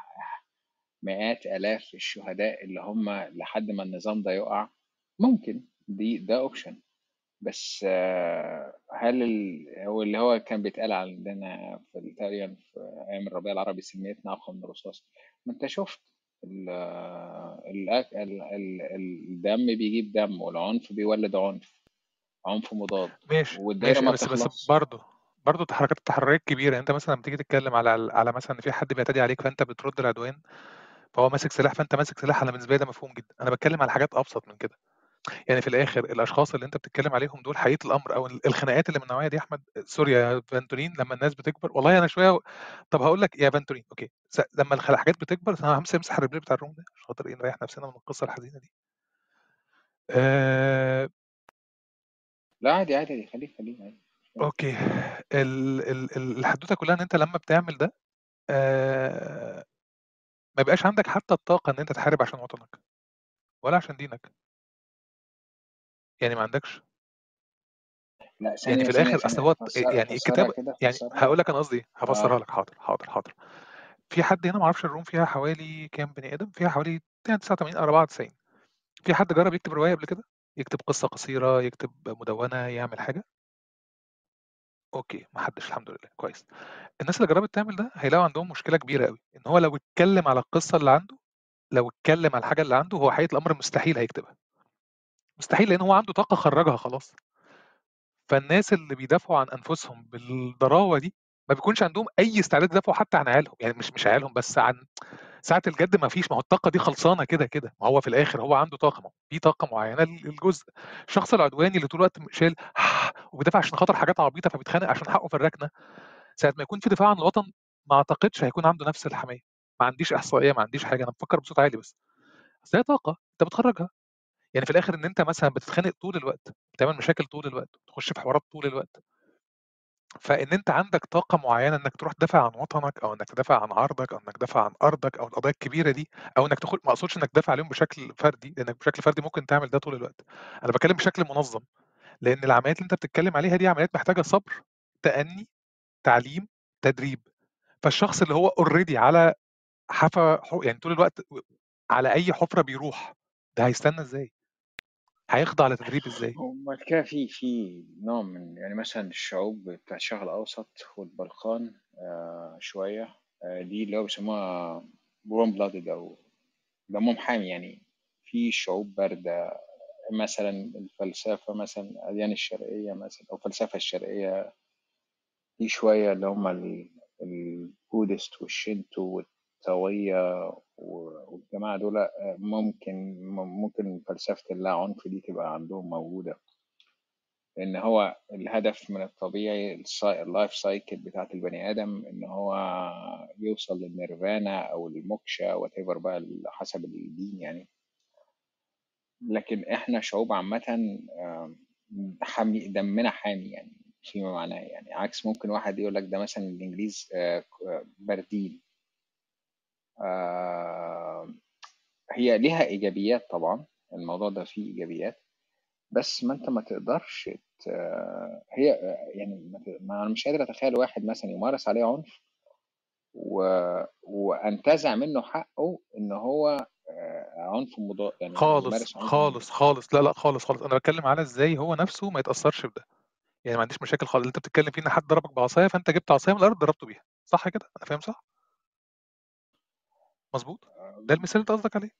مئات آلاف الشهداء اللي هم لحد ما النظام ده يقع. ممكن دي ده اوبشن. بس آه، هل ال... هو اللي هو كان بيتقال عندنا في تقريبا في أيام الربيع العربي سميتنا أقوى من الرصاص. ما أنت شفت ال... ال... ال... ال... الدم بيجيب دم، والعنف بيولد عنف، عنف مضاد، ماشي والدايرة ماشي ما بس بس بتخلص. برضه برضه التحركات التحررية الكبيرة، يعني أنت مثلا لما تيجي تتكلم على على مثلا إن في حد بيعتدي عليك فأنت بترد العدوان، فهو ماسك سلاح فأنت ماسك سلاح، أنا بالنسبة لي ده مفهوم جدًا. أنا باتكلم على حاجات أبسط من كده. يعني في الآخر الأشخاص اللي أنت بتتكلم عليهم دول حقيقة الأمر أو ال الخناقات اللي من النوعية دي يا أحمد سوري يا فانتولين لمّا الناس بتكبر والله أنا شوية طب هاقول لك يا فانتولين أوكي، س لمّا الخ الحاجات بتكبر أنا هامس امسح الreplay بتاع الroom ده عشان خاطر إيه نريّح نفسنا من القصة الحزينة دي. آآ لا عادي عادي خليه خليه عادي. أوكي. ال ال ال الحدوتة كلّها إن أنت لمّا بتعمل ده آآ ما يبقاش عندك حتى الطاقة إن أنت تحارب عشان وطنك ولا عشان دينك. يعني ما عندكش. لا يعني ثانية في ثانية الآخر أصل ثانية هو ت فسر يعني فسرها الكتاب كده يعني هاقول فسرها. لك أنا قصدي إيه، هافسّرها اه لك حاضر، حاضر، حاضر. في حد هنا ما أعرفش الroom فيها حوالي كام بني آدم، فيها حوالي يعني تسعة وتمانين أو أربعة وتسعين. في حد جرّب يكتب رواية قبل كده؟ يكتب قصة قصيرة، يكتب مدوّنة، يعمل حاجة؟ أوكي، ما حدش الحمد لله، كويس. الناس اللي جرّبت تعمل ده هيلاقوا عندهم مشكلة كبيرة أوي، إن هو لو اتكلم على القصة اللي عنده، لو اتكلم على الحاجة اللي عنده، هو حقيقة الأمر مستحيل هيكتبها. مستحيل لإن هو عنده طاقة خرّجها خلاص. فالناس اللي بيدافعوا عن أنفسهم بالضراوة دي، ما بيكونش عندهم أي استعداد يدافعوا حتى عن عيالهم، يعني مش مش عيالهم بس عن ساعة الجد ما فيش، ما هو الطاقة دي خلصانة كده، كده، ما هو في الآخر هو عنده طاقة، ما هو في طاقة معيّنة للجزء. الشخص العدواني اللي طول الوقت م شايل وبيدافع عشان خاطر حاجات عبيطة فبيتخانق عشان حقه في الركنة، ساعة ما يكون في دفاع عن الوطن ما أعتقدش هيكون عنده نفس الحمية. ما عنديش إحصائية، ما عنديش حاجة، أنا بافكّر بصوت عالي بس. أصل هي طاقة أنت بتخرّجها. يعني في الآخر إن أنت مثلًا بتتخانق طول الوقت، بتعمل مشاكل طول الوقت، بتخش في حوارات طول الوقت. فإن أنت عندك طاقة معيّنة إنك تروح تدافع عن وطنك أو إنك تدافع عن عرضك أو إنك تدافع عن أرضك أو القضايا الكبيرة دي، أو إنك تخ ما أقصدش إنك تدافع عليهم بشكل فردي، لإنك بشكل فردي ممكن تعمل ده طول الوقت. أنا باتكلم بشكل منظم، لإن العمليات اللي أنت بتتكلم عليها دي عمليات محتاجة صبر، تأني، تعليم، تدريب. فالشخص اللي هو already على حفا ح يعني طول الوقت و على أي حُفرة بيروح، ده هيستنى إزاي؟ هيخضع لتدريب إزاي؟ وبعد كده في في نوع من يعني مثلا الشعوب بتاع الشرق الأوسط والبلقان آه شوية آه دي اللي هو بيسموها warm blooded أو دمهم حامي يعني. في شعوب باردة مثلا الفلسفة مثلا الأديان الشرقية مثلا أو الفلسفة الشرقية في شوية اللي هم ال- البودست والشينتو والتاوية و- والجماعة دول آه، ممكن ممكن فلسفة اللا عنف دي تبقى عندهم موجودة، لأن هو الهدف من الطبيعي السا- اللايف سايكل بتاعت البني آدم إن هو يوصل للنيرفانا أو الموكشا وات بقى على حسب الدين يعني. لكن إحنا شعوب عامة آم، حامي دمنا حامي يعني فيما معناه يعني، عكس ممكن واحد يقول لك ده مثلا الإنجليز آه، آه، باردين. آه، هي ليها إيجابيات طبعا، الموضوع ده فيه إيجابيات، بس ما أنت ما تقدرش ت- هي يعني ما ت- ما أنا مش قادر أتخيل واحد مثلا يمارس عليه عنف و... وأنتزع منه حقه إن هو آه، عنف مضاد يعني خالص، يمارس عنف م- خالص، خالص، لا، لأ، خالص، خالص. أنا باتكلم على إزاي هو نفسه ما يتأثّرش بده. يعني ما عنديش مشاكل خالص، اللي أنت بتتكلم فيه إن حد ضربك بعصاية، فأنت جِبت عصاية من الأرض ضربته بيها، صح كده؟ أنا فاهم صح؟ مضبوط؟ ده المثال اللي أنت قصدك عليه.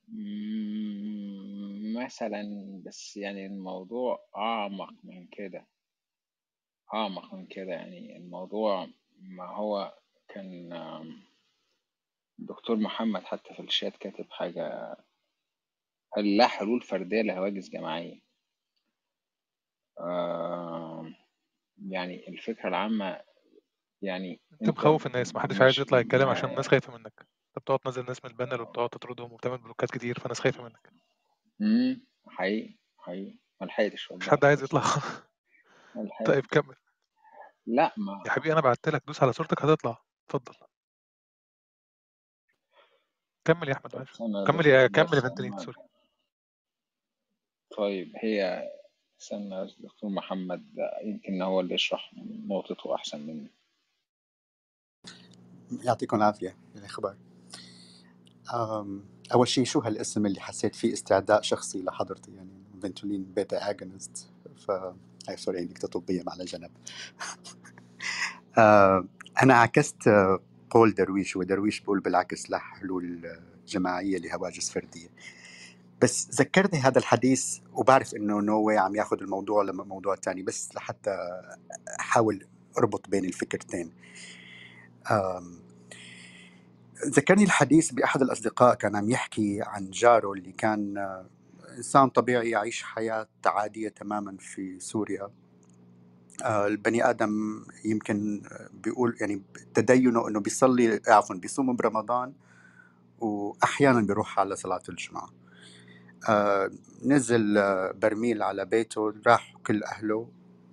م- مثلا. بس يعني الموضوع أعمق من كده، أعمق من كده يعني الموضوع. ما هو كان آم، الدكتور محمد حتى في الشات كاتب حاجة، قال لا حلول فردية لهواجس جماعية. آم، يعني الفكرة العامة يعني أنت أنت مخوّف الناس، ما حدش عايز مش يطلع يتكلم عشان الناس ما خايفة منّك. أنت بتقعد تنزّل ناس من البانر وبتقعد تطردهم وبتعمل بلوكات كتير، فالناس خايفة منّك. مم، حقيقي حقيقي ما لحقتش مش والله حد عايز بس يطلع. ما طيب لحقتش. كمّل. لا ما يا حبيبي أنا بعتّ لك دوس على صورتك هتطلع، اتفضل. كمّل يا أحمد طب معلش. استنى كمّل يا كمّل يا بس فنتلين أما- سوري. طيب هي استنى بس دكتور محمد يمكن هو اللي يشرح نقطته أحسن مني. يعطيكم العافية. الأخبار أم، أول شيء شو هالاسم اللي حسيت فيه استعداء شخصي لحضرتي يعني فنتولين بيتا أجونست ف هاي سوري نكتة طبية على جنب. أه، أنا عكست أه، قول درويش، ودرويش بقول بالعكس لا حلول أه، جماعية لهواجس فردية. بس ذكرني هذا الحديث وبعرف إنه نو واي عم ياخذ الموضوع لموضوع تاني، بس لحتى أحاول أربط بين الفكرتين. أم، ذكرني الحديث بأحد الأصدقاء كان عم يحكي عن جاره اللي كان آه، إنسان طبيعي يعيش حياة عادية تماما في سوريا. آه، البني آدم يمكن آه، بيقول يعني تدينه إنه بيصلي عفوا بيصوم برمضان وأحيانا بيروح على صلاة الجمعة. آه، نزل آه، برميل على بيته، راح كل أهله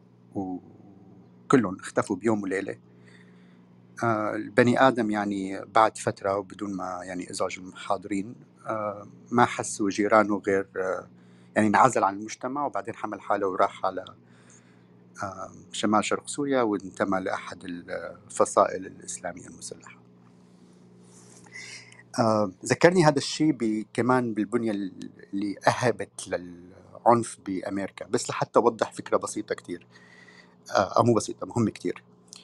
وكلهم اختفوا بيوم وليلة. آه، البني آدم يعني بعد فترة وبدون ما يعني إزعاج المحاضرين آه، ما حسوا جيرانه غير آه، يعني انعزل عن المجتمع، وبعدين حمل حاله وراح على آه، شمال شرق سوريا وانتمى لأحد الفصائل الإسلامية المسلحة. آه، ذكرني هذا الشيء كمان بالبنية اللي أهبت للعنف بأمريكا، بس لحتى أوضح فكرة بسيطة كتير آه، أو مو بسيطة، مهمة كتير.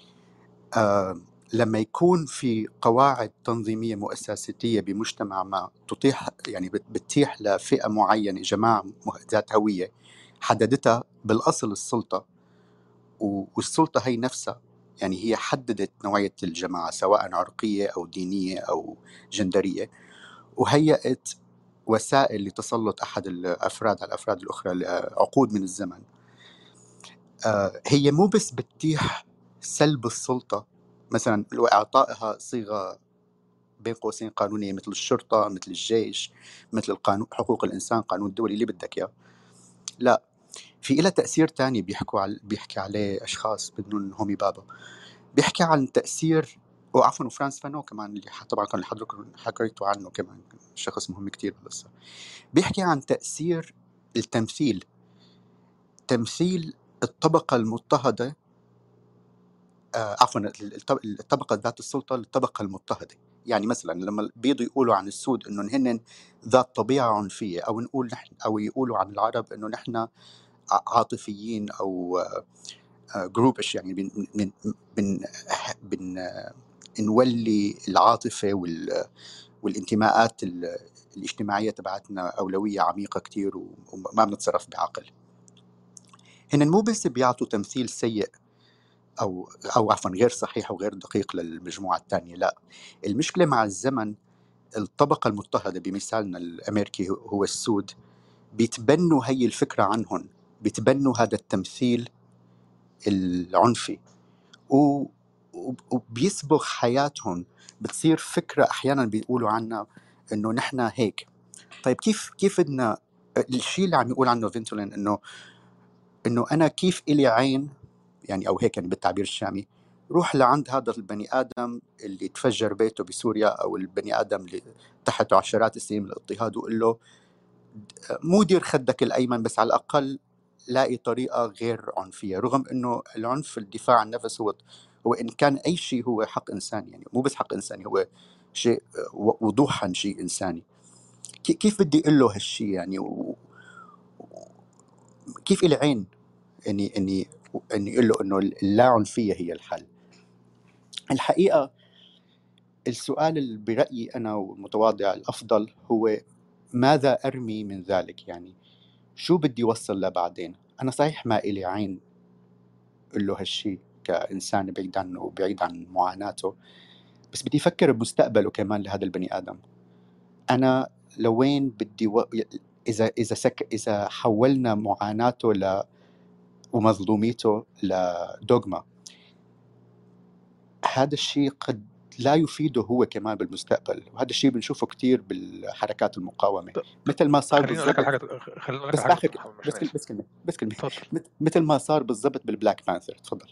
آه، لما يكون في قواعد تنظيمية مؤسساتية بمجتمع ما تطيح يعني بت- بتتيح لفئة معينة جماعة مه- ذات هوية حددتها بالأصل السلطة، و- والسلطة هي نفسها يعني هي حددت نوعية الجماعة سواء عرقية أو دينية أو جندرية، وهيئت وسائل لتسلط أحد الأفراد على الأفراد الأخرى لعقود من الزمن. آه، هي مو بس بتتيح سلب السلطة مثلا وإعطائها صيغة بين قوسين قانونية مثل الشرطة مثل الجيش مثل القانون حقوق الإنسان قانون الدولي اللي بدك إياه، لا، في إلها تأثير تاني بيحكوا على بيحكي عليه أشخاص بدون هومي بابا، بيحكي عن تأثير وعفوا فرانس فانو كمان اللي طبعا كان حضرتكم حكيتوا عنه كمان، شخص مهم كتير بالقصة. بيحكي عن تأثير التمثيل، تمثيل الطبقة المضطهدة آه عفوا الطب- الطبقة ذات السلطة للطبقة المضطهدة. يعني مثلا لما البيض يقولوا عن السود انه هن ذات طبيعة عنفية، او نقول نحن او يقولوا عن العرب انه نحن ع- عاطفيين او جروبش، يعني بن بن بن, بن آه، نولي العاطفة وال- والانتماءات ال- الاجتماعية تبعتنا أولوية عميقة كتير وما بنتصرف بعقل. هن مو بس بيعطوا تمثيل سيء أو أو عفوا غير صحيح وغير دقيق للمجموعة الثانية، لا، المشكلة مع الزمن الطبقة المضطهدة بمثالنا الأمريكي هو السود بيتبنوا هي الفكرة عنهم، بيتبنوا هذا التمثيل العنفي و- وبيسبغ حياتهم، بتصير فكرة أحيانا بيقولوا عنها إنه نحن هيك. طيب كيف كيف بدنا الشيء اللي عم يقول عنه فينتولين إنه إنه أنا كيف إلي عين يعني أو هيك يعني بالتعبير الشامي، روح لعند هذا البني آدم اللي تفجر بيته بسوريا أو البني آدم اللي تحته عشرات السنين من الاضطهاد وقول له مو دير خدك الأيمن بس على الأقل لاقي طريقة غير عنفية، رغم أنه العنف الدفاع عن النفس هو هو إن كان أي شيء هو حق إنساني، يعني مو بس حق إنساني، هو شيء وضوحا شيء إنساني. كي- كيف بدي أقول له هالشيء يعني و- كيف إلي عين إني إني إني أقول له إنه اللا عنفية هي الحل؟ الحقيقة السؤال اللي برأيي أنا والمتواضع الأفضل هو ماذا أرمي من ذلك؟ يعني شو بدي وصل له بعدين؟ أنا صحيح ما إلي عين أقول له هالشي كإنسان بعيد عنه وبعيد عن معاناته، بس بدي أفكر بمستقبله كمان لهذا البني آدم. أنا لوين بدي و... إذا إذا سك... إذا حولنا معاناته ل... ومظلوميته لدوغما، هذا الشيء قد لا يفيده هو كمان بالمستقبل، وهذا الشيء بنشوفه كتير بالحركات المقاومة، ط- مثل ما صار خليني اقول لك على بالضبط. حاجه خليني اقول لك بس على حاجه آخر دكتور محمد، بس عشان كلمة اسف. بس كلمة بس كلمة اتفضل. مث- مثل ما صار بالضبط بالبلاك بانثر. تفضل.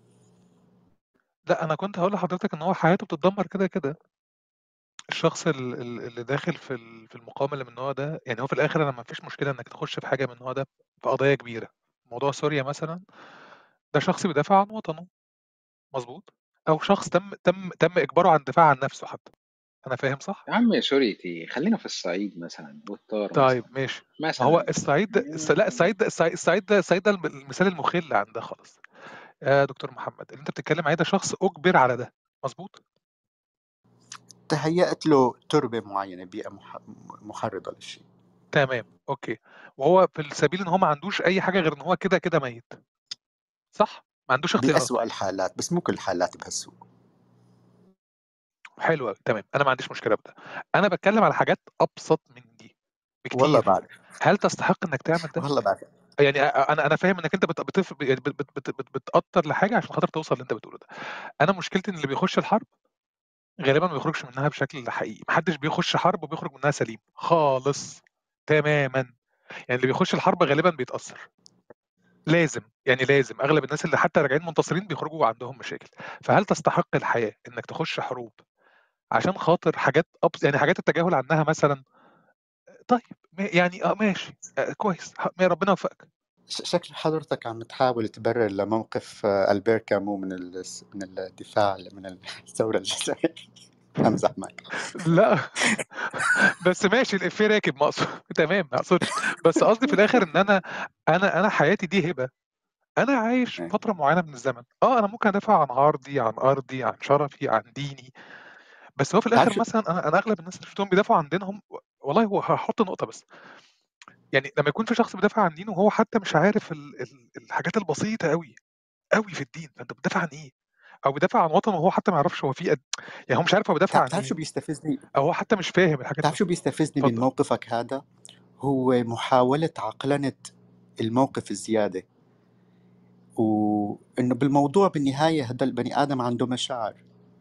لا انا كنت هقول لحضرتك ان هو حياته بتتدمر كده كده. الشخص ال- ال- اللي داخل في ال- في المقاومه اللي من النوع ده، يعني هو في الاخر انا ما فيش مشكله انك تخش في حاجه من النوع ده في قضيه كبيره. موضوع سوريا مثلا، ده شخص بيدافع عن وطنه، مظبوط، او شخص تم تم تم اجباره عن الدفاع عن نفسه حتى. انا فاهم صح؟ يا عم سوريتي، خلينا في الصعيد مثلا والطار طيب مثلا ماشي. ما هو مثلا الصعيد ده الس- لا الصعيد ده الصعيد الصعيد ده الصعيد ده الم- المثال المخل عن ده خالص. يا دكتور محمد، اللي انت بتتكلم عليه ده شخص اجبر على ده، مظبوط. تهيأت له تربة معينة، بيئة مح- محرضة للشيء. تمام، اوكي. وهو في السبيل ان هو ما عندوش اي حاجه غير ان هو كده كده ميت، صح؟ ما عندوش اختيارات. بأسوأ الحالات، بس مو كل الحالات بهالسوء. حلو أوي، تمام، أنا ما عنديش مشكلة بده. أنا باتكلم على حاجات أبسط من دي والله بكتير. بعرف هل تستحق إنك تعمل ده؟ والله بعرف يعني أ أنا أنا فاهم إنك أنت بت بتف يعني بت بت بت بت بتقطّر لحاجة عشان خاطر توصل اللي أنت بتقوله ده. أنا مشكلتي إن اللي بيخش الحرب غالبًا ما بيخرجش منها بشكل حقيقي، ما حدش بيخش حرب وبيخرج منها سليم خالص، تمامًا. يعني اللي بيخش الحرب غالبًا بيتأثّر. لازم، يعني لازم، أغلب الناس اللي حتى راجعين منتصرين بيخرجوا عندهم مشاكل. فهل تستحق الحياة إنك تخش حروب عشان خاطر حاجات أبس يعني حاجات التجاهل عنها مثلًا؟ طيب م يعني آه ماشي، آآ كويس، ح ما ربنا يوفقك. ش- شكل حضرتك عم تحاول تبرر لموقف آه، ألبير كامو من الس- من الدفاع من الثورة الجزائرية. أمزح معك. لأ بس ماشي الإفيه راكب ما أقصد تمام ما أقصدش، بس قصدي في الآخر إن أنا أنا أنا حياتي دي هبة. أنا عايش إيه. فترة معيّنة من الزمن، آه أنا ممكن أدافع عن عرضي، عن أرضي، عن شرفي، عن ديني، بس هو في تعرف الآخر شو مثلًا أنا أنا أغلب الناس اللي شُفتهم بيدافعوا عن دينهم و والله هو هاحط نقطة بس. يعني لمّا يكون في شخص بيدافع عن دينه وهو حتى مش عارف ال ال الحاجات البسيطة أوي، أوي في الدين، فأنت بتدافع عن إيه؟ أو بيدافع عن وطنه وهو حتى ما يعرفش هو في قد يعني هو مش عارف هو بيدافع تع- عن تعرف إيه، شو بيستفزني أو هو حتى مش فاهم الحاجات تعرف بس. شو بيستفزني من اتفضل. موقفك هذا؟ هو محاولة عقلنة الموقف الزيادة، وإنه بالموضوع بالنهاية هذا البني آدم عنده مشاعر.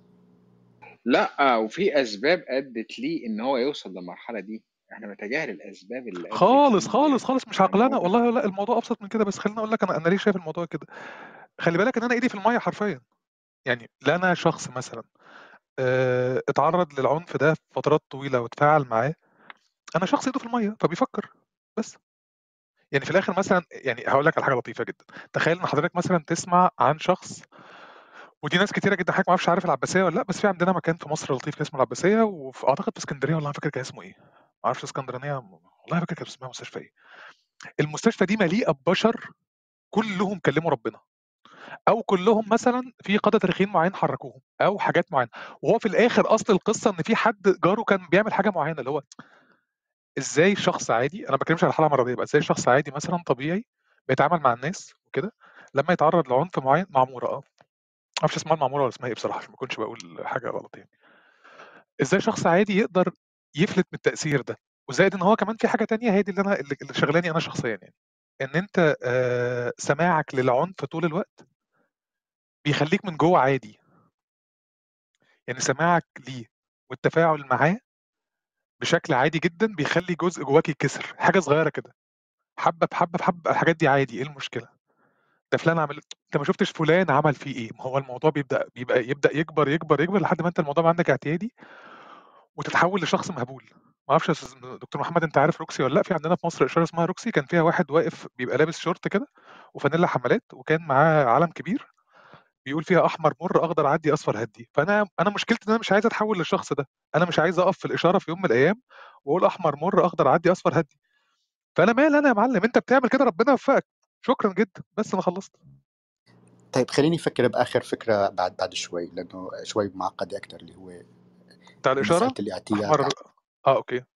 لا، وفي اسباب ادت ليه ان هو يوصل للمرحله دي. احنا نتجاهل الاسباب اللي ادت خالص، ليه خالص، خالص مش عقلانة، للموضوع. والله لأ الموضوع أبسط من كده، بس خلّيني أقول لك أنا أنا ليه شايف الموضوع كده. خلّي بالك إن أنا إيدي في المَيّة حرفيًا. يعني لا أنا شخص مثلًا آآ اتعرّض للعنف ده فترات طويلة واتفاعل معاه، أنا شخص إيده في المَيّة فبيفكّر، بس. يعني في الآخر مثلًا يعني هاقول لك على حاجة لطيفة جدًا. تخيل إن حضرتك مثلًا تسمع عن شخص، ودي ناس كتيرة جدًا، حضرتك ما اعرفش عارف العباسية والّا لأ، بس في عندنا مكان في مصر لطيف كده اسمه العباسية، وف أعتقد في إسكندرية والله ما فاكر كان اسمه إيه، ما اعرفش اسكندرانية والله ما فاكر كان اسمها مستشفى إيه. المستشفى دي مليئة ببشر كلّهم كلّموا ربنا، أو كلّهم مثلًا في قادة تاريخيين معيّنين حرّكوهم، أو حاجات معيّنة. وهو في الآخر أصل القصة إن في حد جاره كان بيعمل حاجة معيّنة، اللي هو إزاي شخص عادي، أنا ما باتكلمش على حالة مرضية بقى، إزاي شخص عادي مثلًا طبيعي بيتعامل مع الناس وكده، لمّا يتعرّض لعنف معيّن معمورة آه، ما اعرفش اسمها المعمورة والّا اسمها إيه بصراحة عشان ما اكونش باقول حاجة غلط يعني. إزاي شخص عادي يقدر يفلت من التأثير ده، وزائد إن هو كمان في حاجة تانية هي دي اللي أنا اللي اللي شاغلاني أنا شخصيًا يعني، إن أنت آآ سماعك للعنف طول الوقت بيخلّيك من جوّه عادي. يعني سماعك ليه والتفاعل معاه بشكل عادي جدًا بيخلّي جزء جواك يتكسر، حاجة صغيرة كده، حبّة بحبّة بحبّة الحاجات دي عادي، إيه المشكلة؟ ده فلان عمل أنت ما شُفتش فلان عمل فيه إيه، ما هو الموضوع بيبدأ بيبقى يبدأ يكبر، يكبر، يكبر لحد ما أنت الموضوع بقى عندك اعتيادي وتتحول لشخص مهبول. ما اعرفش يا أستاذ دكتور محمد أنت عارف روكسي والّا لأ؟ في عندنا في مصر إشارة اسمها روكسي، كان فيها واحد واقف بيبقى لابس شورت كده وفانيلا حمالات، وكان معاه علم كبير بيقول فيها أحمر مُر، أخضر عدّي، أصفر هدّي. فأنا أنا مشكلتي إن أنا مش عايز أتحول للشخص ده، أنا مش عايز أقف في الإشارة في يوم من الأيام وأقول أحمر مُر، أخضر عدّي، أصفر هدّي. فأنا مالي أنا يا معلم، أنت بتعمل كده ربنا يوفقك، شكرًا جدًا، بس أنا خلّصت. طيب خليني أفكر بآخر فكرة بعد بعد شوي، لأنه شوي معقد أكتر، اللي هو بتاع مسألة الإشارة الاعتياد. أحمر آه أوكي.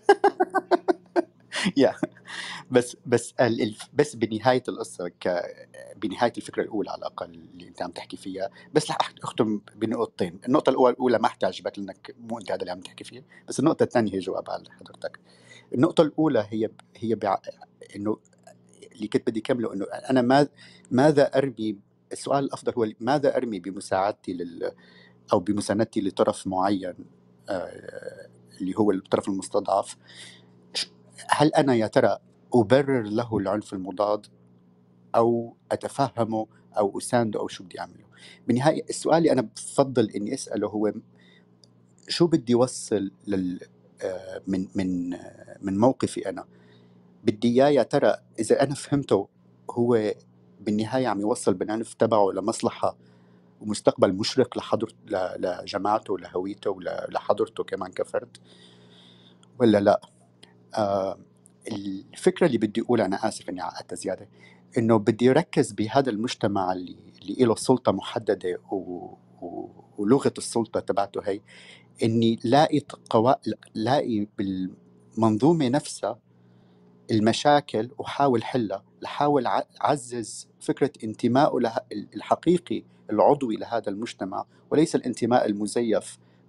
يا بس بس ال- الف- بس بنهاية القصة ك بنهاية الفكرة الأولى على الأقل اللي أنت عم تحكي فيها، بس رح أختم بنقطتين. النقطة الأولى الأولى ما احتعجبك لأنك مو أنت هذا اللي عم تحكي فيه، بس النقطة الثانية هي جواب على حضرتك. النقطة الأولى هي هي بع... إنه اللي كنت بدي أكمله، إنه أنا ما ماذا أرمي. السؤال الأفضل هو ماذا أرمي بمساعدتي لل أو بمساندتي لطرف معين، آه، اللي هو الطرف المستضعف. ش- هل أنا يا ترى أبرر له العنف المضاد، أو أتفهمه، أو أسانده، أو شو بدي أعمله؟ بالنهاية السؤال اللي أنا بفضل إني أسأله هو شو بدي أوصل لل آه، من من آه، من موقفي أنا. بدي إياه يا ترى إذا أنا فهمته هو بالنهاية عم يوصل بالعنف تبعه لمصلحة ومستقبل مشرق لحضر ل- لجماعته ولهويته ولحضرته كمان كفرد، ولا لا. آه الفكرة اللي بدي أقولها، أنا آسف إني عقدت زيادة، إنه بدي أركز بهذا المجتمع اللي اللي له سلطة محددة و... و... ولغة السلطة تبعته هي، إني لاقي قوا... لاقي بالمنظومة نفسها المشاكل وحاول حلها، لحاول ع- عزز فكرة انتمائه له... الحقيقي العضوي لهذا المجتمع، وليس الانتماء المزيف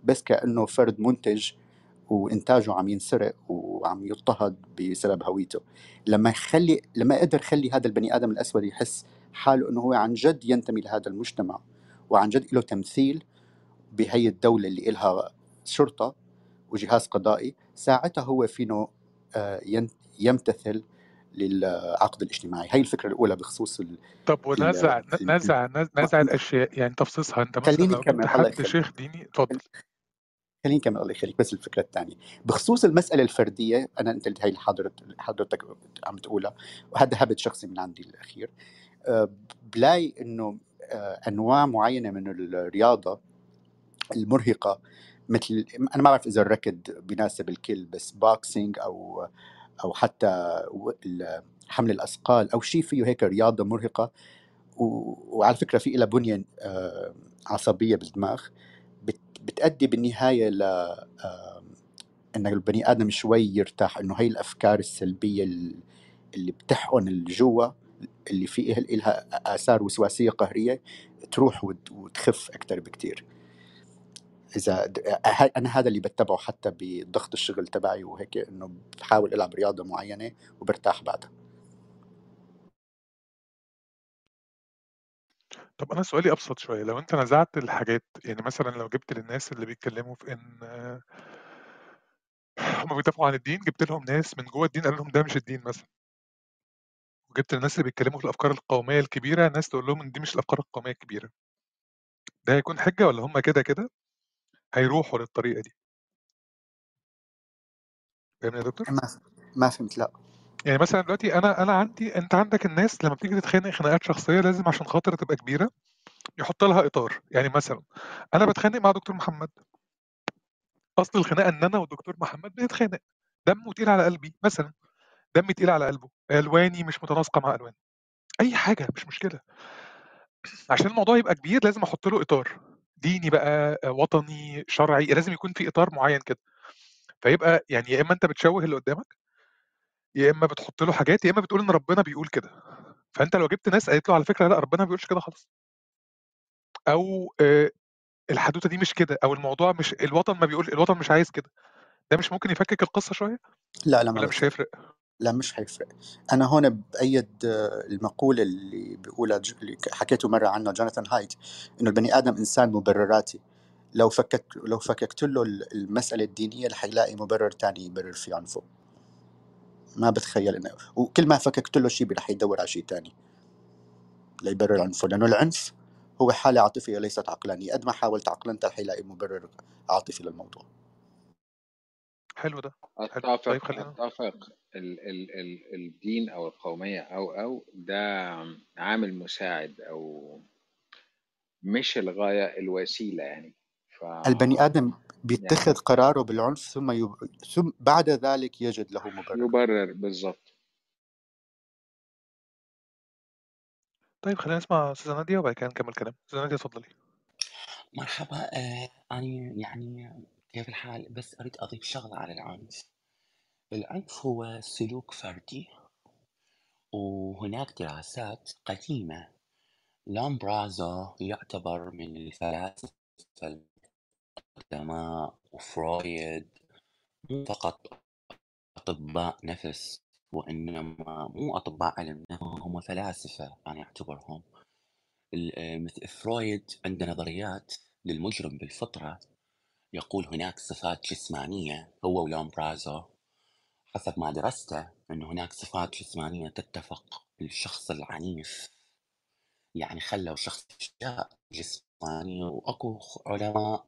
بس كأنه فرد منتج وإنتاجه عم ينسرق وعم يضطهد بسبب هويته. لما يخلي لما قدر يخلي هذا البني آدم الأسود يحس حاله إنه هو عن جد ينتمي لهذا المجتمع وعن جد له تمثيل بهي الدولة اللي إلها شرطة وجهاز قضائي، ساعتها هو فينه آه، ين- يمتثل للعقد الاجتماعي. هي الفكرة الأولى بخصوص ال طب ال ونزع ال- نزع نزع الاشياء، يعني تفصيصها. انت مثلا خليني لو جبت كمل الله حد يخليك شيخ ديني، اتفضل. خليني كمل الله يخليك. بس الفكرة الثانية بخصوص المسألة الفردية، أنا أنت هي حضرتك حضرتك عم تقولها، وهذا هبت شخصي من عندي الأخير. أه، بلاقي إنه أه، أنواع معينة من الرياضة المرهقة، مثل أنا ما بعرف إذا الركض بيناسب الكل، بس بوكسينج أو أو حتى و- ال- حمل الأثقال أو شيء فيه هيك رياضة مرهقة، و- وعلى فكرة في لها بنية أه، عصبية بالدماغ، بت- بتأدي بالنهاية ل أه، ان البني ادم شوي يرتاح، انه هي الافكار السلبيه اللي بتحقن الجوا اللي فيه لها اثار وسواسيه قهريه تروح وت- وتخف اكثر بكتير. اذا د- ه- انا هذا اللي بتبعه حتى بضغط الشغل تبعي وهيك، انه بحاول العب رياضه معينه وبرتاح بعدها. طب انا سؤالي ابسط شويه. لو انت نزعت الحاجات، يعني مثلا لو جبت للناس اللي بيتكلموا في ان آه، هم بيدافعوا عن الدين، جبت لهم ناس من جوه الدين قال لهم ده مش الدين مثلا، وجبت للناس اللي بيتكلموا في الافكار القوميه الكبيره ناس تقول لهم ان دي مش الافكار القوميه الكبيره، ده هيكون حجه ولا هم كده كده هيروحوا للطريقه دي؟ فاهمني يا دكتور؟ ما ما فهمت. لا يعني مثلا دلوقتي انا انا عندي، انت عندك الناس لما بتيجي تتخانق خناقات شخصيه لازم عشان خاطر تبقى كبيره يحط لها اطار. يعني مثلا انا بتخانق مع دكتور محمد، اصل الخناقه ان انا والدكتور محمد بنتخانق، دمه تقيل على قلبي مثلا، دمي تقيل على قلبه، الواني مش متناسقه مع الوانه، اي حاجه مش مشكله. عشان الموضوع يبقى كبير لازم احط له اطار ديني بقى، وطني، شرعي، لازم يكون في اطار معين كده. فيبقى يعني يا اما انت بتشوه اللي قدامك، يا اما بتحط له حاجات، يا اما بتقول ان ربنا بيقول كده. فانت لو جبت ناس قالت له على فكره لا ربنا ما بيقولش كده خالص، او آه، الحدوته دي مش كده، او الموضوع مش الوطن ما بيقول، الوطن مش عايز كده، ده مش ممكن يفكك القصه شويه لا لا ما ولا مش بفرق. هيفرق؟ لا مش هيفرق. أنا هون بأيد آه، المقولة اللي بيقولها ج- اللي حكيته مرة عنها جوناثان هايت، إنه البني آدم إنسان مبرراتي. لو فكك لو فككت له ال- المسألة الدينية رح يلاقي مبرر تاني يبرر فيه عنفه. ما بتخيل إنه وكل ما فككت له شيء رح يدور على شيء تاني ليبرر عنفه، لأنه العنف هو حالة عاطفية ليست عقلانية. قد ما حاولت عقلنت رح يلاقي مبرر عاطفي للموضوع. حلو ده، حلو. اتفق طيب خلينا اتفق ال ال ال الدين او القوميه او او ده عامل مساعد او مش الغايه، الوسيله يعني. ف البني آدم بيتخذ يعني قراره بالعنف ثم يب... ثم بعد ذلك يجد له مبرر. يبرر بالظبط. طيب خلينا نسمع استاذه ناديه وبعد كده نكمل كلام. استاذه ناديه اتفضلي. مرحبا. آه أنا يعني كيف الحال؟ بس أريد أضيف شغلة على العنف. العنف هو سلوك فردي، وهناك دراسات قديمة. لامبرازو يعتبر من الفلاسفة القدماء، وفرويد، مو فقط أطباء نفس، وإنما مو أطباء علم نفس، هم فلاسفة أنا أعتبرهم. ال- آه، مثل فرويد عنده نظريات للمجرم بالفطرة، يقول هناك صفات جسمانية، هو ولامبرازو حسب ما درسته أن هناك صفات جسمانية تتفق بالشخص العنيف، يعني خلوا شخص جاء جسماني، وأكو علماء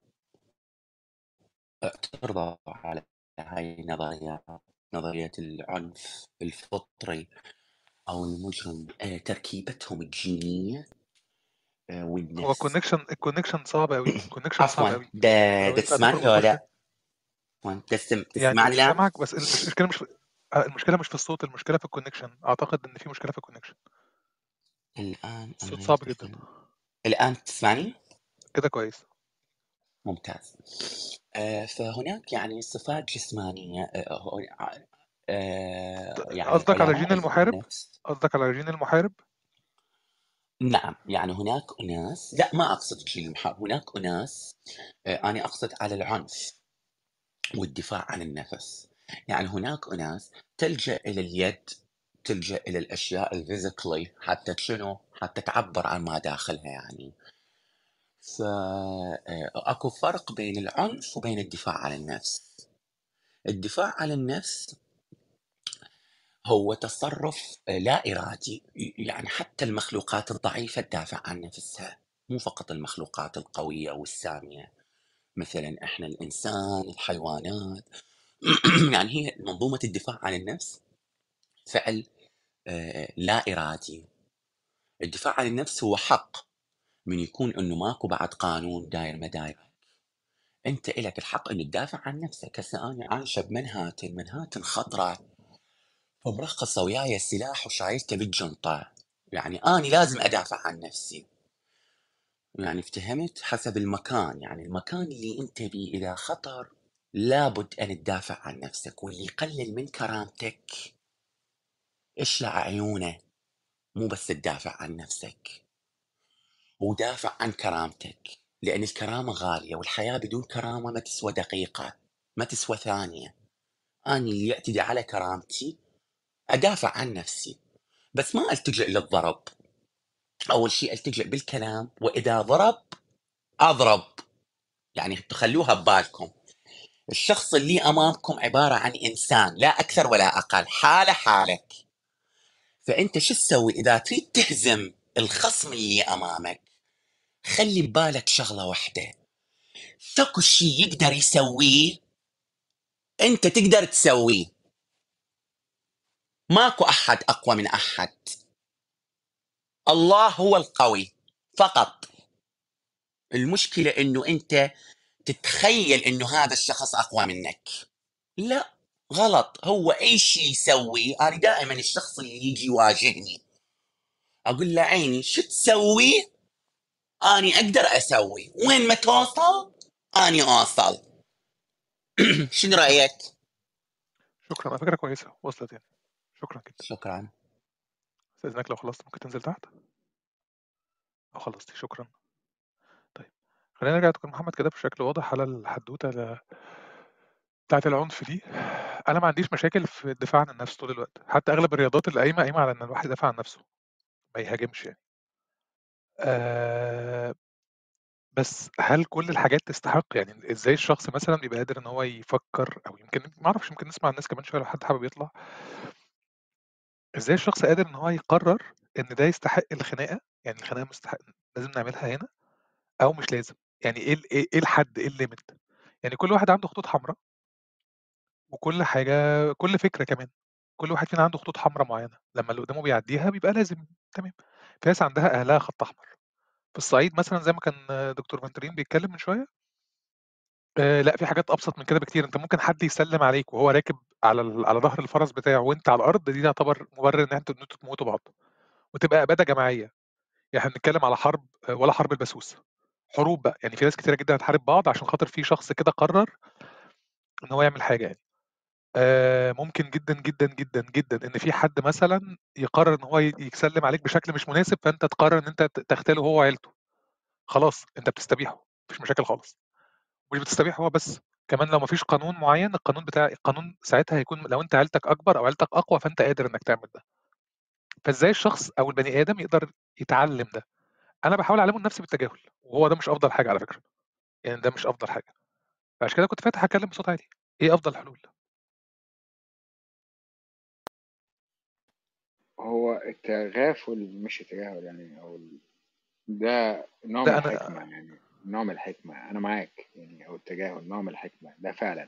اعترضوا على هاي النظرية، نظرية العنف الفطري أو المجرم. آه، تركيبتهم الجينية آه، هو والنفس. الكونكشن الكونكشن صعب قوي، الكونكشن صعب عفوا، قوي. دا فلو دا ينفع تخرج تسمعني ولا ونخش، لا؟ عفواً، تسم... يعني تسمعني الآن؟ سامعك، بس المش- المشكله مش في آه، المشكله مش في الصوت، المشكله في الكونكشن. اعتقد ان في مشكله في الكونكشن، الآن الصوت أنا صعب جدا. يمكن الآن تسمعني؟ كده كويس. ممتاز. آه فهناك يعني صفات جسمانية، آه هو- آه يعني قصدك على جين علماء المحارب؟ النفس. قصدك على جين المحارب؟ نعم، يعني هناك أناس، لا ما أقصد الجيل المحارب، هناك أناس آه، أنا أقصد على العنف والدفاع عن النفس. يعني هناك أناس تلجأ إلى اليد، تلجأ إلى الأشياء الفيزيكالي حتى شنو؟ حتى تعبر عن ما داخلها يعني. فأكو فرق بين العنف وبين الدفاع عن النفس. الدفاع عن النفس هو تصرف آه، لا إرادي، يعني حتى المخلوقات الضعيفة تدافع عن نفسها، مو فقط المخلوقات القوية والسامية، مثلا إحنا الإنسان، الحيوانات. يعني هي منظومة الدفاع عن النفس فعل آه، لا إرادي. الدفاع عن النفس هو حق، من يكون إنه ماكو بعد قانون داير مدايرك، أنت إلك الحق إن تدافع عن نفسك. هسه أنا عايشة بمنهاتن، منهاتن خطرة ومرخصة وياي السلاح وشايلته بالجنطة، يعني أنا لازم أدافع عن نفسي. يعني افتهمت حسب المكان، يعني المكان اللي أنت بيه إذا خطر لابد أن تدافع عن نفسك، واللي يقلل من كرامتك اشلع عيونه، مو بس تدافع عن نفسك، ودافع عن كرامتك، لأن الكرامة غالية، والحياة بدون كرامة ما تسوى دقيقة، ما تسوى ثانية. أنا اللي يعتدي على كرامتي أدافع عن نفسي، بس ما ألتجئ للضرب. أول شيء ألتجئ بالكلام، وإذا ضرب أضرب. يعني تخلوها ببالكم، الشخص اللي أمامكم عبارة عن إنسان، لا أكثر ولا أقل، حالة حالك. فأنت شو تسوي إذا تريد تهزم الخصم اللي أمامك؟ خلي ببالك شغلة واحدة، شكو شيء يقدر يسويه أنت تقدر تسويه، ماكو أحد أقوى من أحد، الله هو القوي فقط. المشكلة إنه أنت تتخيل إنه هذا الشخص أقوى منك. لا، غلط. هو أي شيء يسوي، أنا دائما الشخص اللي يجي يواجهني أقول له عيني شو تسوي أنا أقدر أسوي، وين ما توصل أنا أوصل. شنو تمام، رأيك؟ شكرا، على فكرة كويسة وصلت يعني. شكرا جدا. شكرا. استاذنك لو خلصت ممكن تنزل تحت او خلصتي؟ شكرا. طيب خلينا نرجع دكتور محمد كده بشكل واضح على الحدوته ل- بتاعه العنف دي. انا ما عنديش مشاكل في الدفاع عن النفس طول الوقت، حتى اغلب الرياضات اللي قايمه قايمه على ان الواحد يدافع عن نفسه ما يهاجمش يعني. آه بس هل كل الحاجات تستحق؟ يعني ازاي الشخص مثلا بيبقى قادر ان هو يفكر، او يمكن ما اعرفش، يمكن نسمع الناس كمان شويه لو حد حابب يطلع. ازاي الشخص قادر ان هو يقرر ان ده يستحق الخناقه، يعني الخناقه مستحق لازم نعملها هنا او مش لازم؟ يعني ايه ال- ايه إيه الحد، ايه الليميت؟ يعني كل واحد عنده خطوط حمراء، وكل حاجه، كل فكره كمان، كل واحد فينا عنده خطوط حمراء معينه، لما اللي قدامه بيعديها بيبقى لازم. تمام. في ناس عندها اهلها خط احمر. في الصعيد مثلا زي ما كان دكتور فانترين بيتكلم من شويه، آه لا، في حاجات ابسط من كده بكتير. انت ممكن حد يسلم عليك وهو راكب على ال- على ظهر الفرس بتاعه وانت على الارض، دي تعتبر مبرر ان انتوا إن انتوا تموتوا بعض وتبقى اباده جماعيه. يعني احنا بنتكلم على حرب، آه، ولا حرب البسوس، حروب بقى. يعني في ناس كتيره جدا هتحارب بعض عشان خاطر في شخص كده قرر ان هو يعمل حاجه يعني. آه، ممكن جدا جدا جدا جدا ان في حد مثلا يقرر ان هو ي- يسلم عليك بشكل مش مناسب، فانت تقرر ان انت ت- تغتاله هو وعيلته. خلاص انت بتستبيحه، مفيش مشاكل خالص. مش بتستبيحه هو بس، كمان لو مفيش قانون معين، القانون بتاع القانون ساعتها هيكون لو انت عيلتك اكبر او عيلتك اقوى فانت قادر انك تعمل ده. فازاي الشخص او البني ادم يقدر يتعلم ده؟ انا بحاول اعلمه لنفسي بالتجاهل، وهو ده مش افضل حاجه على فكره. يعني ده مش افضل حاجه، فعشان كده كنت فاتح اتكلم بصوت عالي. ايه افضل الحلول؟ هو التغافل مش التجاهل يعني، او ال- ده نوع من ده انا الحكمة، يعني نوع من الحكمة. انا معاك يعني، او التجاهل نوع من الحكمة ده فعلا،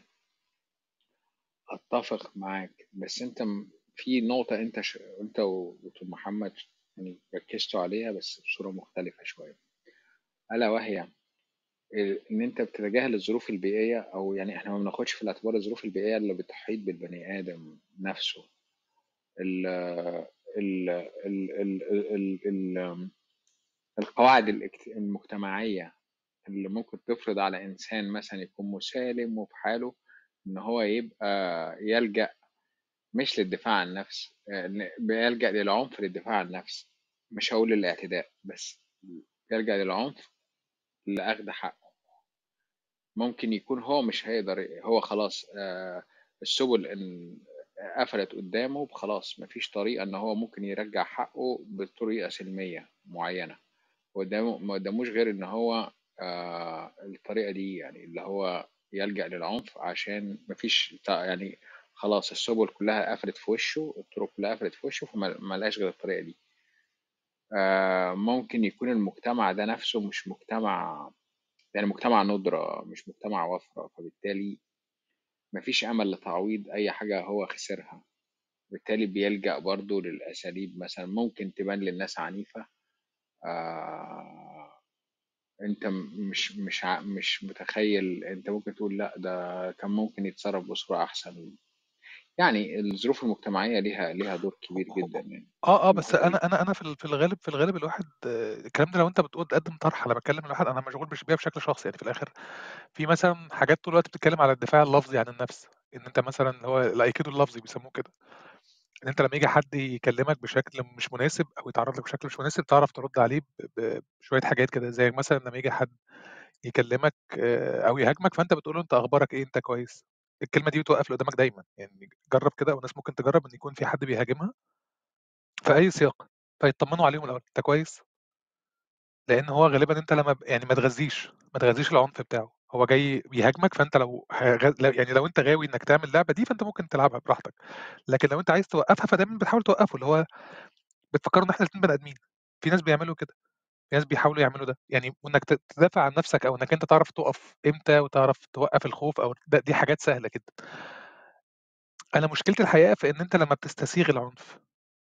اتفق معاك. بس انت م- في نقطة انت ش... انت ودكتور محمد يعني ركزتوا عليها بس بصورة مختلفة شوية، الا وهي ال- ان انت بتتجاهل الظروف البيئية، او يعني احنا ما بناخدش في الاعتبار الظروف البيئية اللي بتحيط بالبني ادم نفسه. ال ال ال ال ال ال القواعد الاجت- المجتمعية اللي ممكن تفرض على إنسان مثلا يكون مسالم وفي حاله إن هو يبقى يلجأ مش للدفاع عن النفس، آه، بيلجأ للعنف للدفاع عن النفس. مش هقول الاعتداء بس، يلجأ للعنف لأخذ حقه. ممكن يكون هو مش هيقدر، هو خلاص آه، السبل ان قفلت قدامه، خلاص مفيش طريقة ان هو ممكن يرجع حقه بطريقة سلمية معينة، قدامه ما قداموش غير ان هو آه الطريقة دي، يعني اللي هو يلجأ للعنف عشان مفيش تع- يعني خلاص السبل كلها قفلت في وشه، الطرق كلها قفلت في وشه، فما لقاش غير الطريقة دي. آه ممكن يكون المجتمع ده نفسه مش مجتمع، يعني مجتمع ندرة مش مجتمع وفرة، فبالتالي مفيش أمل لتعويض أي حاجة هو خسرها، بالتالي بيلجأ برضو للأساليب مثلا ممكن تبان للناس عنيفة. آه انت م- مش مش ع- مش متخيل، انت ممكن تقول لا ده كان ممكن يتصرف بصورة احسن. يعني الظروف المجتمعية ليها ليها دور كبير جدا يعني اه اه في بس النقطة دي. انا انا انا في ال- في الغالب في الغالب الواحد آه، الكلام ده لو انت بتقول تقدم طرح، انا بتكلم الواحد انا مشغول مش بيها بشكل شخصي، يعني في الاخر في مثلا حاجات طول الوقت بتتكلم على الدفاع اللفظي عن النفس، ان انت مثلا اللي هو الايكيدو اللفظي بيسموه كده، ان انت لما يجي حد يكلمك بشكل مش مناسب او يتعرض لك بشكل مش مناسب تعرف ترد عليه ب- ب- بشويه حاجات كده، زي مثلا لما يجي حد يكلمك آه، او يهاجمك فانت بتقول له انت اخبارك ايه، انت كويس. الكلمه دي بتوقف اللي قدامك دايما، يعني جرب كده، والناس ممكن تجرب ان يكون في حد بيهاجمها في اي سياق فيطمنوا عليهم الاول، انت كويس. لان هو غالبا انت لما ب- يعني ما تغذيش ما تغذيش العنف بتاعه، هو جاي بيهاجمك، فانت لو هغ... لو- يعني لو انت غاوي انك تعمل اللعبه دي فانت ممكن تلعبها براحتك، لكن لو انت عايز توقفها فدايما بتحاول توقفه، اللي هو بتفكروا ان احنا الاثنين بني ادمين. في ناس بيعملوا كده، في ناس بيحاولوا يعملوا ده، يعني وانك ت- تدافع عن نفسك او انك انت تعرف تقف امتى وتعرف توقف الخوف او ده دي حاجات سهله جدا. انا مشكلتي الحقيقه في ان انت لما بتستسيغ العنف،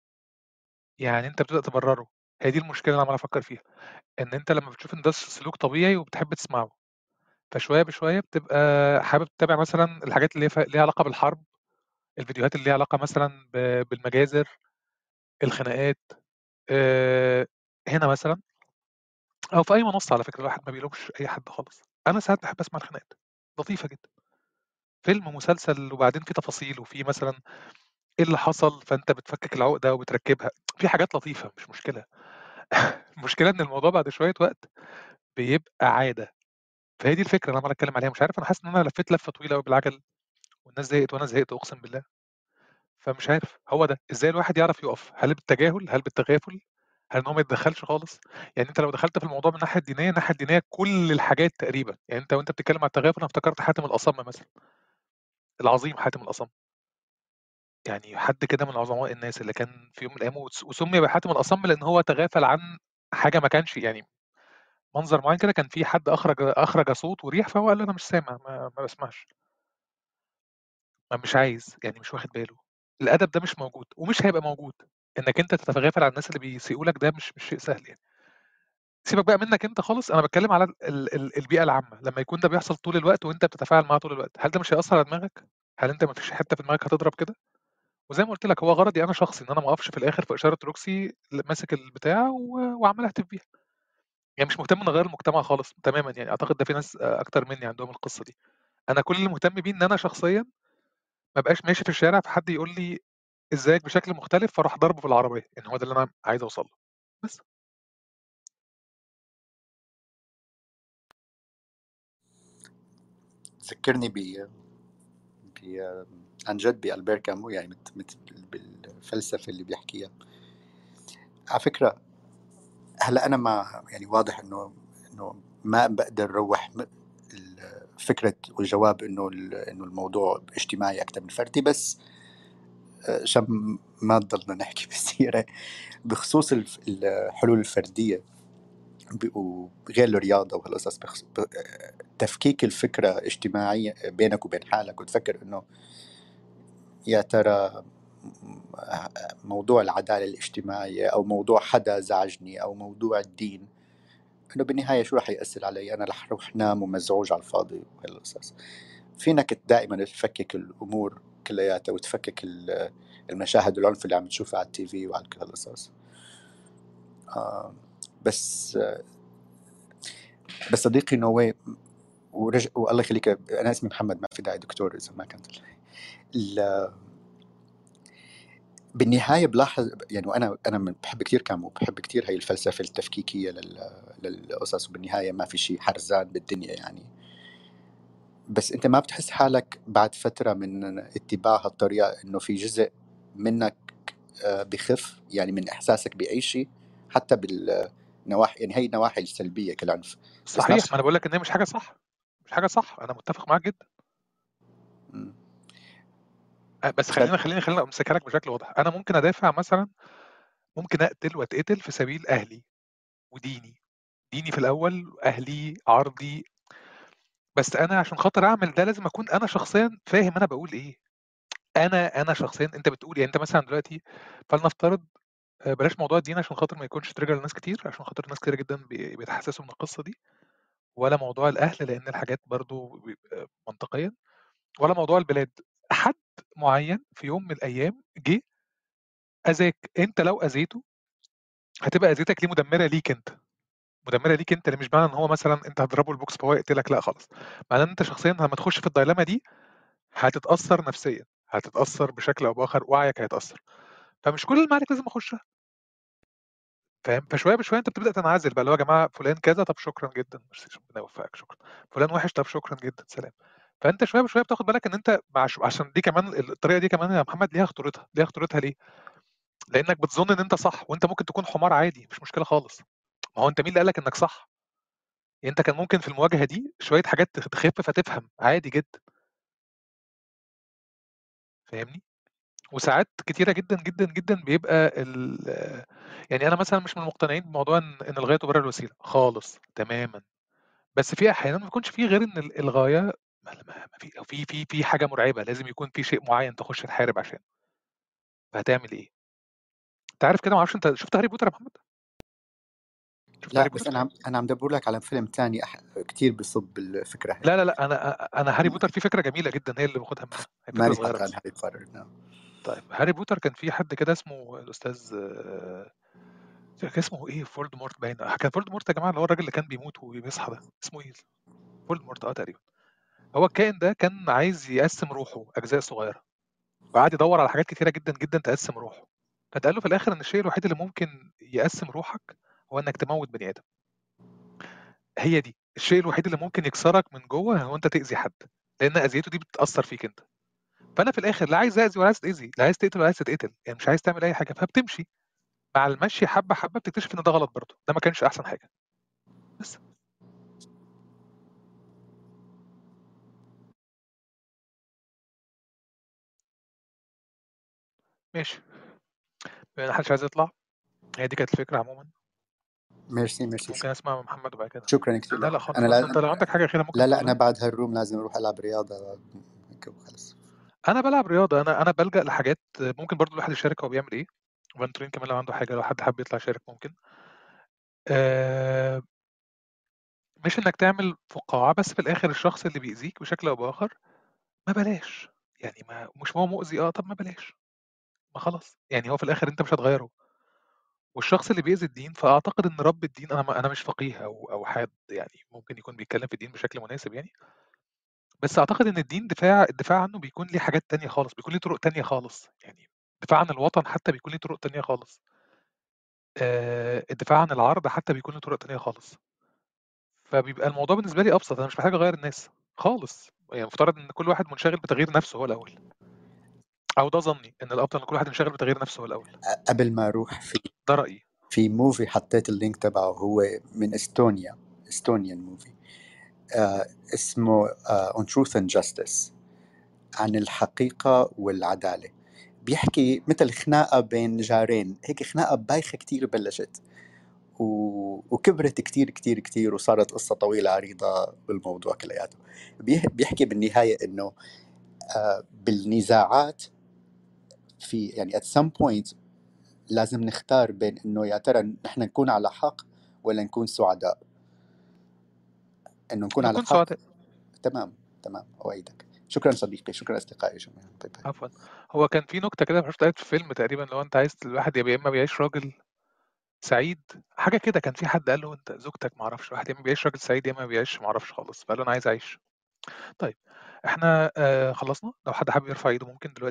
يعني انت بتبدا تبرره، هي دي المشكله اللي انا عمال افكر فيها، ان انت لما بتشوف ان ده سلوك طبيعي وبتحب تسمعه، فشويه بشويه بتبقى حابب تتابع مثلا الحاجات اللي هي ف- ليها علاقه بالحرب، الفيديوهات اللي ليها علاقه مثلا ب- بالمجازر، الخناقات. آه، هنا مثلا او في اي منصه، على فكره الواحد ما بيلومش اي حد خالص، انا ساعات بحب اسمع الخناقات، لطيفه جدا، فيلم مسلسل وبعدين في تفاصيل وفي مثلا ايه اللي حصل فانت بتفكك العقده وبتركبها، في حاجات لطيفه مش مشكله. المشكله ان الموضوع بعد شويه وقت بيبقى عاده، فهي دي الفكره اللي انا عمال اتكلم عليها. مش عارف، انا حاسس ان انا لفيت لفه طويله قوي بالعجل، والناس زهقت وانا زهقت اقسم بالله. فمش عارف هو ده ازاي الواحد يعرف يقف، هل بالتجاهل، هل بالتغافل، هل ان هو ما يتدخلش خالص. يعني انت لو دخلت في الموضوع من الناحيه الدينيه، الناحيه الدينيه كل الحاجات تقريبا، يعني انت وانت بتتكلم على التغافل انا افتكرت حاتم الاصم مثلا، العظيم حاتم الاصم، يعني حد كده من عظماء الناس اللي كان في يوم من الايام وس- وسمي بحاتم الاصم لان هو تغافل عن حاجه ما كانش، يعني منظر معين كده، كان في حد اخرج اخرج صوت وريح فهو قال انا مش سامع، ما, ما بسمعش، ما مش عايز، يعني مش واخد باله. الادب ده مش موجود ومش هيبقى موجود، انك انت تتغافل عن الناس اللي بيسيئوا لك ده مش مش شيء سهل يعني. سيبك بقى منك انت خالص، انا بتكلم على ال ال البيئه العامه، لما يكون ده بيحصل طول الوقت وانت بتتفاعل معاه طول الوقت، هل ده مش هيأثر على دماغك؟ هل انت ما فيش حته في دماغك هتضرب كده؟ وزي ما قلت لك هو غرضي انا شخصي ان انا ما اقفش في الاخر في اشاره روكسي ماسك البتاع و- وعمال اهتف بيها، يعني مش مهتم ان اغير المجتمع خالص تماما، يعني اعتقد ده في ناس آه، اكتر مني عندهم القصه دي. انا كل اللي مهتم بيه ان انا شخصيا ما بقاش ماشي في الشارع فحد يقول لي ازيك بشكل مختلف فاروح ضربه في العربيه، يعني هو ده اللي انا عايز اوصل له بس. ذكرني ب ب عن جد بألبير كامو، يعني مت... مت... بالفلسفة اللي بيحكيها. على فكرة هلا أنا ما يعني واضح إنه إنه ما بقدر أروح م- الفكرة والجواب إنه ال- إنه الموضوع اجتماعي أكثر من فردي، بس آه، عشان ما تضلنا نحكي بالسيرة بخصوص الف- الحلول الفردية ب- وغير الرياضة وهالقصص، بخص- ب- تفكيك الفكرة اجتماعية بينك وبين حالك، وتفكر إنه يا ترى موضوع العدالة الاجتماعية أو موضوع حدا زعجني أو موضوع الدين، إنه بالنهاية شو رح يأثر علي؟ أنا رح روح نام ومزعوج على الفاضي وهالقصص. فينك دائما تفكك الأمور كلياتها وتفكك ال- المشاهد العنف اللي عم تشوفها على التي في وعلى كل هالقصص. آه بس بس صديقي نوي ورج... والله يخليك، أنا اسمي محمد، ما في داعي دكتور إذا ما كنت. ال- بالنهاية بلاحظ يعني، وأنا أنا من- بحب كتير كامو، بحب كتير هاي الفلسفة التفكيكية لل- للقصص، وبالنهاية ما في شيء حرزان بالدنيا يعني. بس أنت ما بتحس حالك بعد فترة من اتباع هالطريقة إنه في جزء منك آه، بخف يعني من إحساسك بأي شيء، حتى بالنواحي، يعني هي النواحي السلبية كالعنف، بس صحيح، نفس ما انا بقول لك ان هي مش حاجه صح، مش حاجه صح، انا متفق معاك جدا. مم. أه، بس ف... خلينا خلينا خلينا امسكها لك بشكل واضح. انا ممكن ادافع مثلا، ممكن اقتل واتقتل في سبيل اهلي وديني، ديني في الاول، اهلي، عرضي. بس انا عشان خاطر اعمل ده لازم اكون انا شخصيا فاهم انا بقول ايه. انا انا شخصيا، انت بتقول يعني، انت مثلا دلوقتي فلنفترض، آه، بلاش موضوع الدين عشان خاطر ما يكونش تريجر لناس كتير، عشان خاطر ناس كتير جدا بي- بيتحسسوا من القصه دي، ولا موضوع الاهل لان الحاجات برضو بيبقى منطقيا، ولا موضوع البلاد. حد معين في يوم من الايام جه اذاك، انت لو اذيته هتبقى اذيتك ليه مدمره ليك انت، مدمره ليك انت، اللي مش معنى ان هو مثلا انت هتضربه البوكس فهو يقتلك، لا خالص. معناه ان انت شخصيا لما تخش في الدايلاما دي هتتاثر نفسيا، هتتاثر بشكل او باخر، وعيك هيتاثر. فمش كل المعارك لازم اخشها، فاهم؟ فشويه بشويه انت بتبدا تنعزل بقى، اللي هو يا جماعه فلان كذا، طب شكرا جدا، ميرسي، ربنا يوفقك، شكرا. فلان وحش، طب شكرا جدا، سلام. فانت شويه بشويه بتاخد بالك ان انت مع شو... عشان دي كمان الطريقه دي كمان يا محمد ليها خطورتها، ليها خطورتها ليه؟ لانك بتظن ان انت صح، وانت ممكن تكون حمار عادي، مش مشكله خالص. ما هو انت مين اللي قالك انك صح؟ يعني انت كان ممكن في المواجهه دي شويه حاجات تخ- تخف فتفهم عادي جدا، فاهمني؟ وساعات كتيره جدا جدا جدا بيبقى ال... يعني انا مثلا مش من المقتنعين بموضوع ان ان الغايه تبرر الوسيله خالص تماما. بس في احيانا ما يكونش في غير ان ال- الغايه ما ما- ما في أو في في في حاجه مرعبه، لازم يكون في شيء معين تخش تحارب عشان. فهتعمل ايه؟ انت عارف كده، ما اعرفش انت شفت هاري بوتر يا محمد؟ شفت لا هاري بس بوتر؟ أنا عم أنا عم دبر لك على فيلم تاني أح... كتير بيصب الفكرة هاي. لا لا لا، انا انا هاري بوتر فيه فكره جميله جدا، هي اللي باخدها منها، هي فكره ماني صغيره حتى عن بس. هاري بوتر. نعم. طيب هاري بوتر كان في حد كده اسمه الاستاذ، آه، كان اسمه ايه، فولدمورت باين، كان فولدمورت يا جماعه، اللي هو الراجل اللي كان بيموت وبيصحى ده، اسمه ايه؟ فولدمورت، اه تقريبا. هو الكائن ده كان عايز يقسم روحه اجزاء صغيره، وقعد يدور على حاجات كتيره جدا جدا تقسم روحه. فتقال له في الاخر ان الشيء الوحيد اللي ممكن يقسم روحك هو انك تموت بني ادم. هي دي الشيء الوحيد اللي ممكن يكسرك من جوه، هو انت تاذي حد، لان اذيته دي بتاثر فيك انت. فانا في الاخر لا عايز اذي ولا عايز تاذي، لا عايز تقتل ولا عايز تتقتل، يعني مش عايز تعمل اي حاجه، فبتمشي مع المشي حبه حبه، بتكتشف ان ده غلط برضه، ده ما كانش احسن حاجه. بس ماشي، ما حدش عايز يطلع، هي دي كانت الفكره عموما. ميرسي ميرسي، ممكن اسمع محمد وبعد كده. شكرا كثير لا لك. لا خالص أنا خالص، انت لا لو عندك حاجه اخيره ممكن لا, لا أنا تقولها. بعد هالروم لازم أروح ألعب رياضة هيك وخلص. انا بلعب رياضه، انا انا بلجأ لحاجات ممكن برضو الواحد يشارك هو بيعمل ايه. فانترين كمان لو عنده حاجه، لو حد حابب يطلع يشارك ممكن. آه، مش انك تعمل فقاعه، بس في الاخر الشخص اللي بيأذيك بشكل او باخر ما بلاش، يعني ما مش هو مؤذي، اه طب ما بلاش، ما خلاص، يعني هو في الاخر انت مش هتغيره. والشخص اللي بيأذي الدين، فاعتقد ان رب الدين، انا ما- انا مش فقيه او او حد يعني ممكن يكون بيتكلم في الدين بشكل مناسب يعني، بس اعتقد ان الدين دفاع، الدفاع عنه بيكون ليه حاجات تانية خالص، بيكون ليه طرق تانية خالص يعني. الدفاع عن الوطن حتى بيكون ليه طرق تانية خالص. آه، الدفاع عن العرض حتى بيكون له طرق تانية خالص. فبيبقى الموضوع بالنسبة لي أبسط، أنا مش محتاج أغير الناس خالص، يعني مفترض إن كل واحد منشغل بتغيير نفسه هو الأول، أو ده ظني إن الأفضل إن كل واحد منشغل بتغيير نفسه هو الأول. قبل ما أروح، في ده رأيي. في موفي حطيت اللينك تبعه، هو من استونيا، استونيان موفي، آه اسمه آه On Truth and Justice، عن الحقيقة والعدالة. بيحكي مثل خناقة بين جارين، هيك خناقة بايخة كتير بلشت و... وكبرت كتير كتير كتير، وصارت قصة طويلة عريضة بالموضوع كلياته. بيح... بيحكي بالنهاية إنه آه بالنزاعات، في يعني at some point لازم نختار بين إنه يا ترى نحن نكون على حق ولا نكون سعداء. إنه نكون على نكون حق. سعداء. تمام تمام، أؤيدك. شكرا صديقي، شكرا أصدقائي جميعا. باي باي. عفوا. هو كان في نكتة كده مش عارف في فيلم تقريبا، لو أنت عايز الواحد يبقى يا إما بيعيش راجل سعيد، حاجة كده، كان في حد قال له أنت زوجتك معرفش، واحد يا إما بيعيش راجل سعيد يا إما بيعيش معرفش خالص، فقال له أنا عايز أعيش. طيب إحنا آه خلصنا، لو حد حابب يرفع إيده ممكن دلوقتي.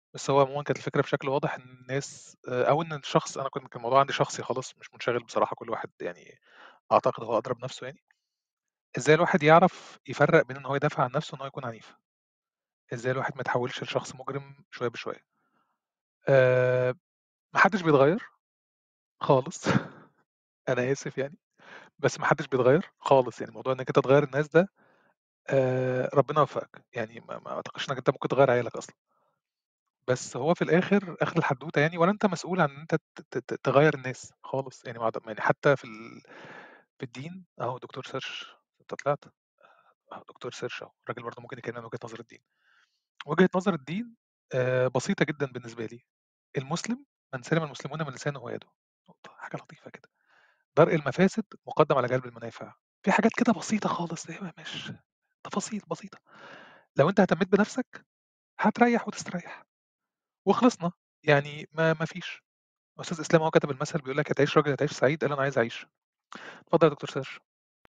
بس هو عمومًا كانت الفكرة بشكل واضح إن الناس آآ أو إن الشخص أنا كنت كان الموضوع عندي شخصي خالص مش منشغل بصراحة، كل واحد يعني أعتقد هو أدرى بنفسه يعني. إزاي الواحد يعرف يفرّق بين إن هو يدافع عن نفسه وإن هو يكون عنيف؟ إزاي الواحد ما يتحولش لشخص مجرم شوية بشوية؟ آآ ما حدش بيتغيّر خالص أنا آسف يعني، بس ما حدش بيتغيّر خالص، يعني موضوع إنك أنت تغيّر الناس ده آآ ربنا يوفقك، يعني ما ما أعتقدش إنك أنت ممكن تغيّر عيالك أصلًا. بس هو في الآخر آخر الحدوتة يعني ولا أنت مسؤول عن إن أنت ت ت ت تغيّر الناس خالص، يعني ما يعني حتى في ال في الدين أهو دكتور سيرش أنت طلعت أهو دكتور سيرش أهو، الراجل برضه ممكن يكلمنا من وجهة نظر الدين. وجهة نظر الدين آآ بسيطة جدًا بالنسبة لي، المسلم من سلم المسلمون من لسانه ويده، نقطة، حاجة لطيفة كده. درء المفاسد مقدم على جلب المنافع. في حاجات كده بسيطة خالص هي مش تفاصيل بسيطة، لو أنت اهتميت بنفسك هتريّح وتستريّح وخلصنا، يعني ما ما فيش. أستاذ إسلام هو كتب المثل بيقول لك: "يا تعيش راجل يا تعيش سعيد." قال: "أنا عايز أعيش." اتفضل يا دكتور سيرش.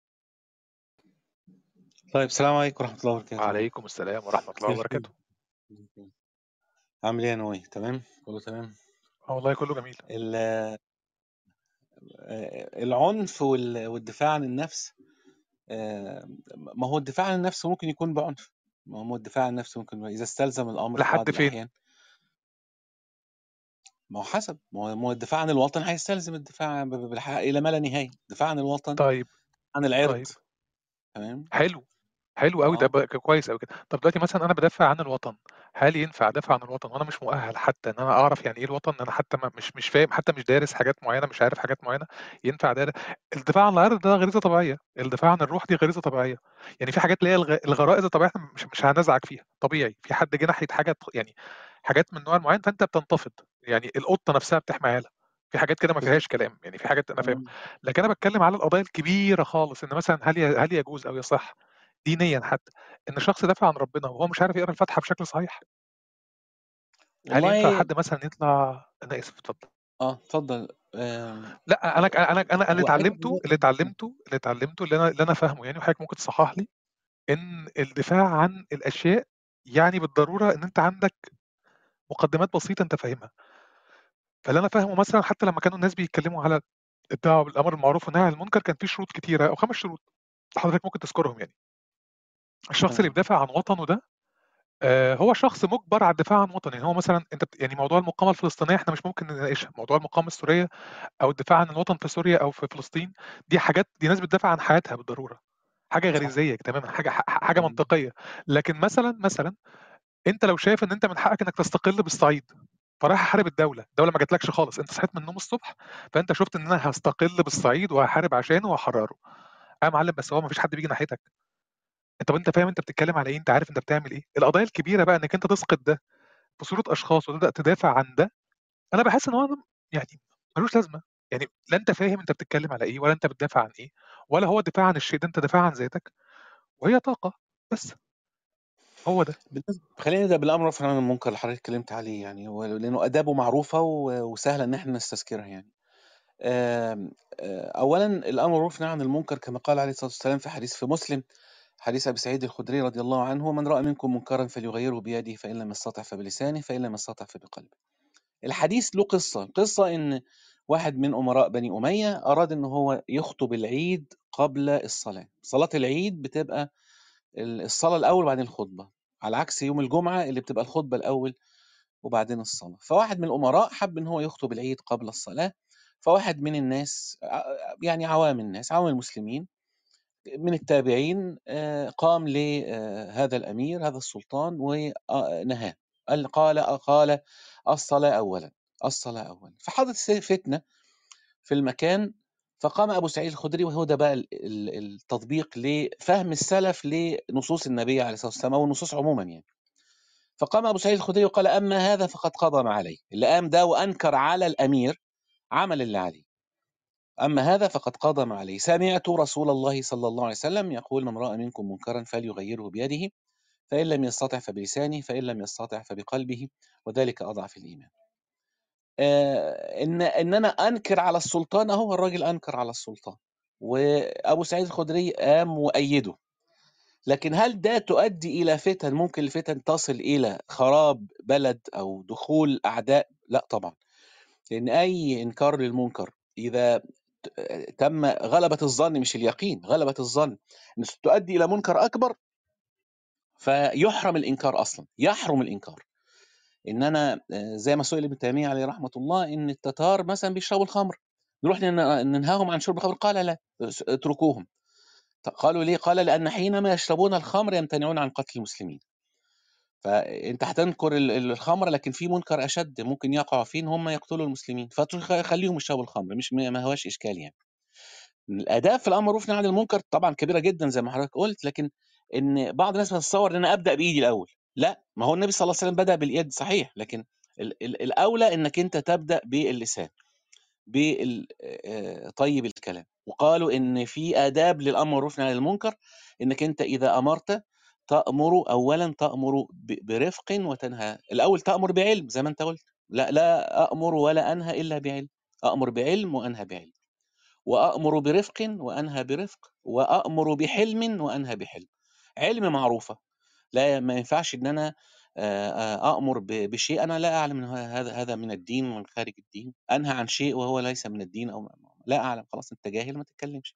طيب السلام عليكم ورحمة الله وبركاته. وعليكم السلام ورحمة الله مساء الخير. وبركاته. عامل ايه يا نوي؟ تمام؟ كله تمام؟ آه والله كله جميل. ال- آه، العنف وال- والدفاع عن النفس، آه، ما هو الدفاع عن النفس ممكن يكون بعنف. ما هو الدفاع عن النفس ممكن إذا استلزم الأمر في بعض لحد فين؟ الأحيان. ما هو حسب، ما هو ما هو الدفاع عن الوطن هيستلزم الدفاع ب- ب- بالحق إلى ما لا نهاية. الدفاع عن الوطن، طيب، عن العرض. طيب، تمام؟ حلو. حلو أوي، ده اه بقى ك كويس أوي كده. طب دلوقتي مثلًا أنا بادافع عن الوطن، هل ينفع أدافع عن الوطن وأنا مش مؤهل حتى إن أنا أعرف يعني إيه الوطن؟ إن أنا حتى ما مش مش فاهم، حتى مش دارس حاجات معينة، مش عارف حاجات معينة، ينفع دار الدفاع عن العرض ده غريزة طبيعية، الدفاع عن الروح دي غريزة طبيعية. يعني في حاجات اللي هي الغ الغرائز الطبيعية إحنا مش مش هنزعج فيها، طبيعي. في حد جه ناحية حاجة ت يعني حاجات من نوع معين فأنت بتنتفض، يعني القطة نفسها بتحمي عيالها، في حاجات كده ما بالظبط. فيهاش كلام، يعني في حاجات أنا فاهمها. تمام. لكن أنا باتكلم على القضايا الكبيرة خالص، إن مثلًا هل ي هل يجوز أو يصح دينيًا حتى إن شخص يدافع عن ربنا وهو مش عارف يقرا الفاتحة بشكل صحيح؟ هل ينفع والله حد مثلًا يطلع أنا آسف اتفضل. اه اتفضل. آم، لأ، أنا ك أنا أنا أنا اللي هو ايوه اتعلمته اللي بالظبط. اتعلمته اللي اتعلمته اللي أنا اللي أنا فاهمه يعني وحضرتك ممكن تصحح لي، إن الدفاع عن الأشياء يعني بالضرورة إن أنت عندك مقدمات بسيطة أنت فاهمها. فاللي أنا فاهمه مثلًا حتى لمّا كانوا الناس بيتكلموا على الدعوة بالأمر بالمعروف والنهي عن المنكر كان في شروط كتيرة أو خمس شروط، حضرتك ممكن تذكرهم يعني. الشخص اللي تمام. بيدافع عن وطنه ده آآ هو شخص مُجبر على الدفاع عن وطنه، يعني هو مثلًا أنت بت يعني موضوع المقاومة الفلسطينية إحنا مش ممكن نناقشها، موضوع المقاومة السورية أو الدفاع عن الوطن في سوريا أو في فلسطين، دي حاجات دي ناس بتدافع عن حياتها بالضرورة، حاجة صح. غريزية تمامًا، حاجة ح حاجة تمام. منطقية. لكن مثلًا، مثلًا أنت لو شايف إن أنت من حقك إنك تستقل بالصعيد، فرايح أحارب الدولة، الدولة ما جاتلكش خالص، أنت صحيت من النوم الصبح فأنت شُفت إن أنا هاستقل بالصعيد وهاحارب عشانه وهاحرره. آه يا معلم بس هو ما فيش حد بييجي ناحيتك. طب أنت فاهم أنت بتتكلم على إيه، أنت عارف أنت بتعمل إيه. القضايا الكبيرة بقى إنك أنت تسقط ده في صورة أشخاص وتبدأ تدافع عن ده، أنا باحس إن هو م يعني ما لوش لازمة. يعني لا أنت فاهم أنت بتتكلم على إيه، ولا أنت بتدافع عن إيه، ولا هو دفاع عن الشيء ده، أنت دفاع عن ذاتك، وهي طاقة، بس هو ده. بالنسبة خلينا نبدأ بالأمر والنهي عن المنكر اللي حضرتك اتكلمت عليه، يعني هو لأنه آدابه معروفة و- وسهلة إن احنا نستذكرها يعني. آم، آه، أولا الأمر بالمعروف والنهي عن المنكر كما قال عليه الصلاة والسلام في حديث في مسلم، حديث أبي سعيد الخدري رضي الله عنه: من رأى منكم منكرا فليغيره بيده، فإن لم يستطع فبلسانه، فإن لم يستطع فبقلبه. الحديث له قصة قصة إن واحد من أمراء بني أمية أراد إن هو يخطب العيد قبل الصلاة. صلاة العيد بتبقى ال- الصلاة الأول وبعدين الخطبة، على عكس يوم الجمعة اللي بتبقى الخطبة الأول وبعدين الصلاة. فواحد من الأمراء حب إن هو يخطب العيد قبل الصلاة، فواحد من الناس ع- يعني عوام الناس، عوام المسلمين من التابعين، آه، قام لهذا الأمير هذا السلطان ونهاه. قال قال قال الصلاة أولا، الصلاة أولا. فحدث فتنة في المكان، فقام أبو سعيد الخدري، وهو ده بقى ال- ال- التطبيق لفهم السلف لنصوص النبي عليه الصلاة والسلام والنصوص عموما يعني. فقام أبو سعيد الخدري وقال: أما هذا فقد قضى ما عليه. اللي قام ده وأنكر على الأمير عمل اللي عليه. أما هذا فقد قضى ما عليه. سمعت رسول الله صلى الله عليه وسلم يقول: من رأى منكم منكرا فليغيره بيده، فإن لم يستطع فبلسانه، فإن لم يستطع فبقلبه، وذلك أضعف الإيمان. آه، إن إن أنا أنكر على السلطان، هو الراجل أنكر على السلطان، وأبو سعيد الخدري قام وأيده. لكن هل ده تؤدي إلى فتن، ممكن الفتن تصل إلى خراب بلد أو دخول أعداء؟ لا طبعا، لأن أي إنكار للمنكر إذا ت- تم غلبة الظن، مش اليقين، غلبة الظن إن تؤدي إلى منكر أكبر، فيحرم الإنكار أصلا، يحرم الإنكار. إن أنا آه، زي ما سئل ابن تيمية عليه رحمة الله، إن التتار مثلا بيشربوا الخمر، نروح نن- ننهاهم عن شرب الخمر؟ قال لا، اتركوهم. قالوا ليه؟ قال لأن حينما يشربون الخمر يمتنعون عن قتل المسلمين. فأنت هتنكر ال- ال- الخمر، لكن في منكر أشد ممكن يقعوا فيه، إن هم يقتلوا المسلمين، فخليهم يشربوا الخمر، مش ما هواش إشكال يعني. الآداب في الأمر بالمعروف والنهي عن المنكر طبعا كبيرة جدا زي ما حضرتك قلت، لكن إن بعض الناس بتتصور إن أنا أبدأ بإيدي الأول. لا، ما هو النبي صلى الله عليه وسلم بدأ باليد صحيح، لكن ال- ال- الأولى إنك أنت تبدأ باللسان، بطيب الكلام. وقالوا ان في آداب للامر بالمعروف والنهي عن المنكر، انك انت اذا امرت تأمر اولا تأمر ب- برفق وتنهى. الاول تأمر بعلم زي ما انت قلت، لا لا أأمر ولا أنهى إلا بعلم، أأمر بعلم وأنهى بعلم، وأأمر برفق وأنهى برفق، وأأمر بحلم وأنهى بحلم. علم معروفة، لا ما ينفعش ان انا آه، آه، أأمر ب- بشيء أنا لا أعلم أنه هذا هذا من الدين ومن خارج الدين، أنهى عن شيء وهو ليس من الدين أو لا أعلم، خلاص أنت جاهل ما تتكلمش.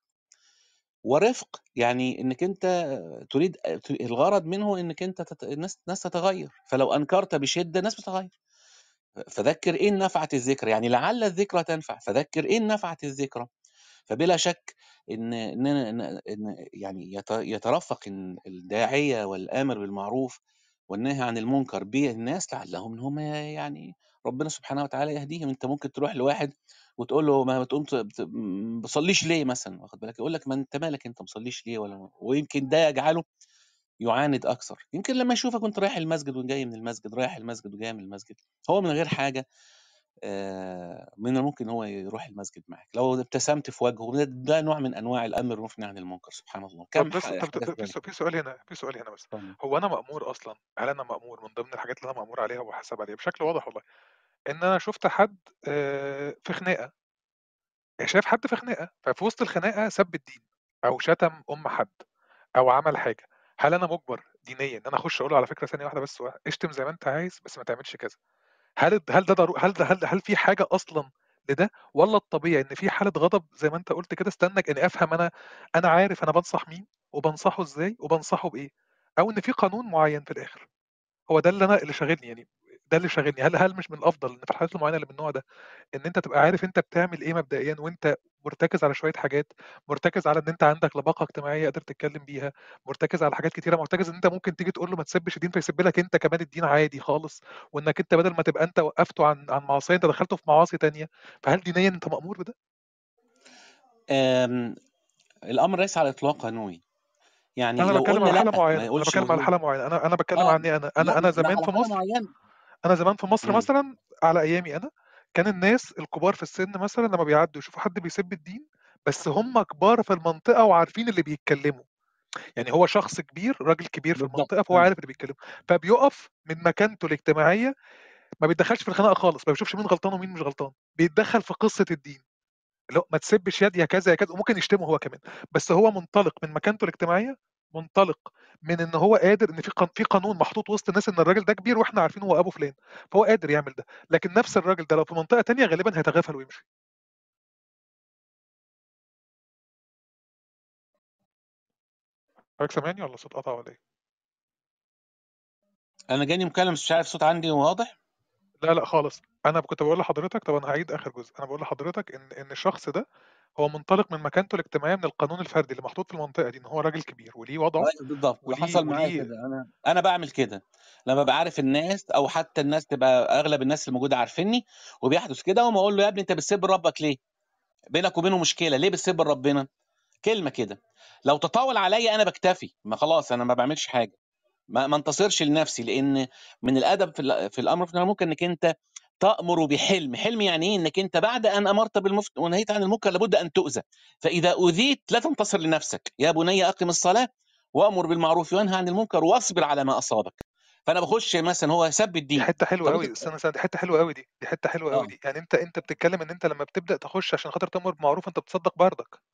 ورفق يعني إنك أنت تريد، الغرض منه إنك أنت تت... الناس الناس تتغير، فلو أنكرت بشدة الناس بتتغير. فذكر إن نفعت الذكرى، يعني لعل الذكرى تنفع، فذكر إن نفعت الذكرى. فبلا شك إن إن إن إن يعني يت- يترفق إن الداعية والآمر بالمعروف والنهي عن المنكر بالناس، لعلهم إن هم يعني ربنا سبحانه وتعالى يهديهم. أنت ممكن تروح لواحد وتقول له ما بتقوم ت- بت- ما بتصليش ليه مثلا، واخد بالك، يقول لك ما أنت مالك، أنت مصليش ليه؟ ولا ويمكن ده يجعله يعاند أكثر. يمكن لما يشوفك وأنت رايح المسجد وجاي من المسجد، رايح المسجد وجاي من المسجد، هو من غير حاجة آآ من الممكن إن هو يروح المسجد معاك، لو ابتسمت في وجهه، ده ده نوع من أنواع الأمر والنهي عن المنكر. سبحان الله، طب كم ح بس طب حدث طب في ذلك. س في سؤال هنا في سؤال هنا بس، اتفضل. هو أنا مأمور أصلًا، هل أنا مأمور من ضمن الحاجات اللي أنا مأمور عليها ومُحاسب عليها بشكل واضح والله، إن أنا شُفت حد آآ في خناقة، شايف حد في خناقة، ففي وسط الخناقة سَب الدين أو شتم أم حد أو عمل حاجة، هل أنا مُجبر دينيًا إن أنا أخُش أقول له على فكرة ثانية واحدة بس و اشتم زي ما أنت عايز بس ما تعملش كذا؟ هل الد هل ده ضرو هل ده هل ده هل في حاجة أصلًا لده، والّا الطبيعي إن في حالة غضب زي ما أنت قُلت كده استنى إني أفهم أنا أنا عارف أنا بانصح مين وبانصحه إزاي وبانصحه بإيه، أو إن في قانون معيّن في الآخر؟ هو ده اللي أنا اللي شاغلني يعني، ده اللي شاغلني، هل هل مش من الأفضل إن في الحالات المعيّنة اللي من النوع ده، إن أنت تبقى عارف أنت بتعمل إيه مبدئيًا وأنت مرتكز على شوية حاجات، مرتكز على إن أنت عندك لباقة اجتماعية قادر تتكلم بيها، مرتكز على حاجات كتيرة، مرتكز إن أنت ممكن تيجي تقول له ما تسبّش الدين فيسِب لك أنت كمان الدين عادي خالص، وإنك أنت بدل ما تبقى أنت وقّفته عن عن معصية أنت دخّلته في معاصي تانية، فهل دينيًا أنت مأمور بده؟ آمم الأمر ليس على الإطلاق قانوني، يعني أنا لو باتكلم قُلنا على لأ حالة ما معيّنة، أنا يقولش باتكلم على وجوب. حالة معيّنة، أنا أنا باتكلم آه، عني أنا، لأ أنا أنا ما زمان على في حالة مصر معينة. أنا زمان في مصر إمم. مثلًا على أيامي أنا، كان الناس الكبار في السن مثلًا لمّا بيعدّوا يشوفوا حد بيسِب الدين، بس هم كبار في المنطقة وعارفين اللي بيتكلموا، يعني هو شخص كبير، راجل كبير في بالضبط، المنطقة فهو آه. عارف اللي بيتكلموا، فبيُقف من مكانته الاجتماعية، ما بيتدخّلش في الخناقة خالص، ما بيشوفش مين غلطان ومين مش غلطان، بيتدخّل في قصة الدين، اللي هو ما تسبّش يد يا كذا يا كذا، وممكن يشتمه هو كمان، بس هو منطلق من مكانته الاجتماعية، منطلق من إن هو قادر إن في قان في قانون محطوط وسط الناس إن الراجل ده كبير وإحنا عارفين هو أبو فلان، فهو قادر يعمل ده، لكن نفس الراجل ده لو في منطقة تانية غالبًا هيتغافل ويمشي. حضرتك سامعني والّا الصوت قطع والّا إيه؟ أنا جاني مكالمة بس مش عارف الصوت عندي واضح؟ لا، لأ خالص، أنا ب كنت باقول لحضرتك طب أنا هاعيد آخر جزء، أنا باقول لحضرتك إن إن الشخص ده هو منطلق من مكانته الاجتماعية من القانون الفردي اللي محطوط في المنطقة دي، إن هو راجل كبير وليه وضعه أيوه بالضبط، وليه حصل معايا وليه كده. أنا أنا باعمل كده، لمّا أبقى عارف الناس أو حتى الناس تبقى أغلب الناس الموجودة عارفينّي وبيحدث كده، أقوم أقول له: "يا ابني أنت بتسِب ربك ليه؟ بينك وبينه مشكلة، ليه بتسِب ربنا؟" كلمة كده. لو تطاول عليّا أنا باكتفي، ما خلاص أنا ما باعملش حاجة، ما ما انتصرش لنفسي، لإن من الأدب في ال في الأمر بالمعروف ممكن إنّك أنت تأمر بحلم. حلم يعني إيه؟ إنّك أنت بعد أن أمرت بالمف ونهيت عن المنكر لابد أن تؤذى، فإذا أُوذيت لا تنتصر لنفسك، يا بني أقم الصلاة وأمر بالمعروف وانهى عن المنكر واصبر على ما أصابك. فأنا باخش مثلًا هو سَب دي الدين، حتّة حلوة طَب أنت أوي، استنى ثانية، دي حتّة حلوة أوي دي، دي حتّة حلوة أوي آه. دي، يعني أنت أنت بتتكلم إن أنت لمّا بتبدأ تخش عشان خاطر تأمر بمعروف أنت بتصدّق بردك.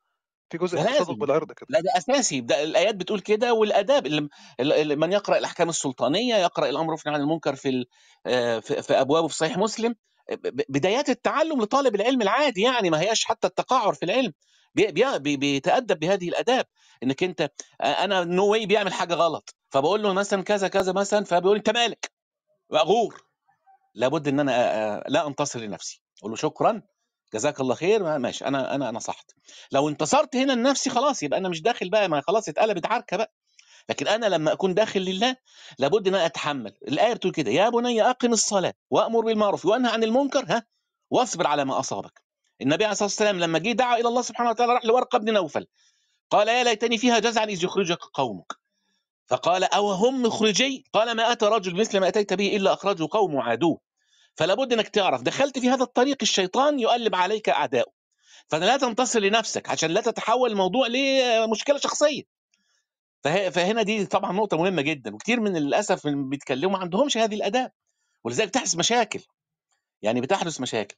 في جزء ده من التصدق لازم، ده بالعرض كده. لا ده اساسي، ده الايات بتقول كده، والاداب اللي اللي- من يقرا الاحكام السلطانيه، يقرا الامر والنهي عن المنكر في ال- آه، في في ابوابه في صحيح مسلم. ب- بدايات التعلم لطالب العلم العادي، يعني ما هياش حتى التقعر في العلم، بي- بي- بي- بيتادب بهذه الاداب. انك انت آه، انا نو واي بيعمل حاجه غلط، فبقول له مثلا كذا كذا مثلا، فبيقول انت مالك، مغور. لابد ان انا آه، آه، لا انتصر لنفسي، اقول له شكرا جزاك الله خير، ما- ماشي، انا انا نصحت. لو انتصرت هنا لنفسي خلاص، يبقى انا مش داخل بقى، ما خلاص اتقلبت عركه بقى. لكن انا لما اكون داخل لله لابد ان انا اتحمل. الايه بتقول كده: يا بني اقم الصلاه وامر بالمعروف وانهى عن المنكر، ها، واصبر على ما اصابك. النبي عليه الصلاه والسلام لما جه دعا الى الله سبحانه وتعالى، راح لورقه بن نوفل، قال يا ليتني فيها جزعا اذ يخرجك قومك. فقال او هم مخرجي؟ قال ما اتى رجل مثل ما اتيت به الا اخرجه قوم عادوه. فلا بد انك تعرف دخلت في هذا الطريق، الشيطان يقلب عليك اعداؤه، فلا تنتصر لنفسك عشان لا تتحول الموضوع لمشكله شخصيه. فه- فهنا دي طبعا نقطه مهمه جدا، وكتير من للاسف اللي بيتكلموا ما عندهمش هذه الاداب، ولذلك بتحدث مشاكل، يعني بتحدث مشاكل.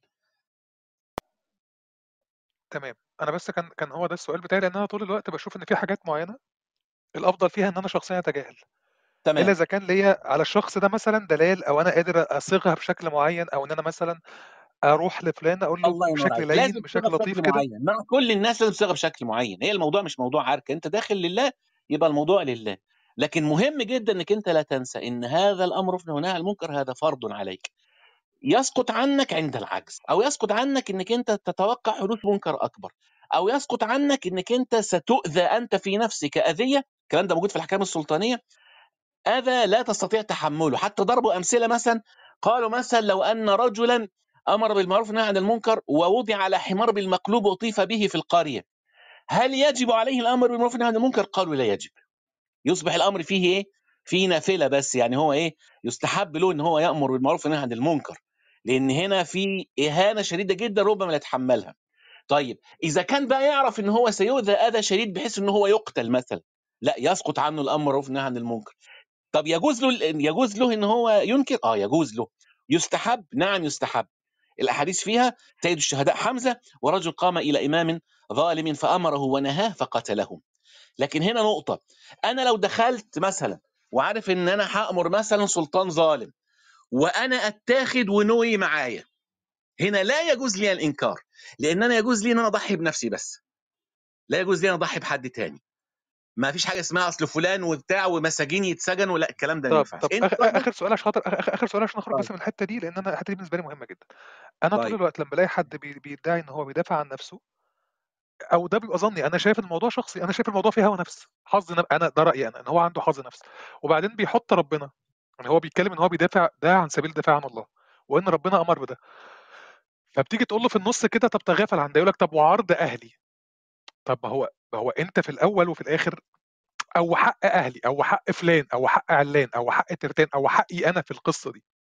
تمام. أنا بس كان كان هو ده السؤال بتاعي، لأن أنا طول الوقت باشوف إن في حاجات معينة الأفضل فيها إن أنا شخصيًا أتجاهل، إلا تمام. إذا كان ليّا على الشخص ده مثلًا دلال، أو أنا قادر أصيغها بشكل معين، أو إن أنا مثلًا أروح لفلان أقول له الله ينور بشكل عليك، لين، لازم بشكل تصيغها لطيف بشكل كده. معين، مع كل الناس لازم تصيغها بشكل معين. هي الموضوع مش موضوع عركه، انت داخل لله يبقى الموضوع لله. لكن مهم جدا انك انت لا تنسى ان هذا الامر في والنهي عن المنكر هذا فرض عليك، يسقط عنك عند العجز، او يسقط عنك انك انت تتوقع حدوث منكر اكبر، او يسقط عنك انك انت ستؤذى انت في نفسك اذيه. الكلام ده موجود في الاحكام السلطانيه، اذى لا تستطيع تحمله. حتى ضربوا امثله، مثلا قالوا مثلا لو ان رجلا امر بالمعروف والنهي عن المنكر ووضع على حمار بالمقلوب وطيف به في القريه، هل يجب عليه الامر بالمعروف والنهي عن المنكر؟ قالوا لا يجب. يصبح الامر فيه ايه؟ فيه نافله بس، يعني هو ايه؟ يستحب له ان هو يامر بالمعروف والنهي عن المنكر، لان هنا في اهانه شديده جدا ربما لا يتحملها. طيب اذا كان بقى يعرف ان هو سيؤذى اذى شديد بحيث ان هو يقتل مثلا، لا، يسقط عنه الامر بالمعروف والنهي عن المنكر. طب يجوز له يجوز له ان هو ينكر؟ اه يجوز له. يستحب؟ نعم يستحب. الاحاديث فيها: سيد الشهداء حمزه، ورجل قام الى امام ظالم فامره ونهاه فقتله. لكن هنا نقطه: انا لو دخلت مثلا وعارف ان انا هامر مثلا سلطان ظالم، وانا اتاخد ونوي معايا، هنا لا يجوز لي الانكار، لان انا يجوز لي ان انا اضحي بنفسي بس، لا يجوز لي ان اضحي بحد تاني. ما فيش حاجه اسمها اصل فلان وبتاع ومساجين يتسجنوا، لا، الكلام ده ما طب ينفعش. طب انت آخ راجل. آخر سؤال عشان خاطر آخ آخر سؤال عشان أخرج طيب بس من الحتة دي، لأن أنا الحتة دي بالنسبة لي مهمة جدًا. أنا طول طيب الوقت لمّا بالاقي حد بي بيدعي إن هو بيدافع عن نفسه، أو ده بيبقى ظني، أنا شايف الموضوع شخصي، أنا شايف الموضوع فيه هوى نفس، حظ ن أنا ده رأيي أنا، إن هو عنده حظ نفس، وبعدين بيحط ربنا، يعني هو بيتكلم إن هو بيدافع ده عن سبيل الدفاع عن الله، وإن ربنا أمر بده، فبتيجي تقول له في النُص كده طب تغافل عن ده، يقول لك طب وعرض أهلي، طب ما هو ما هو أنت في الأول وفي الآخر، أو حق أهلي، أو حق فلان، أو حق عِلّان، أو حق ترتان، أو حقي أنا في القصة دي.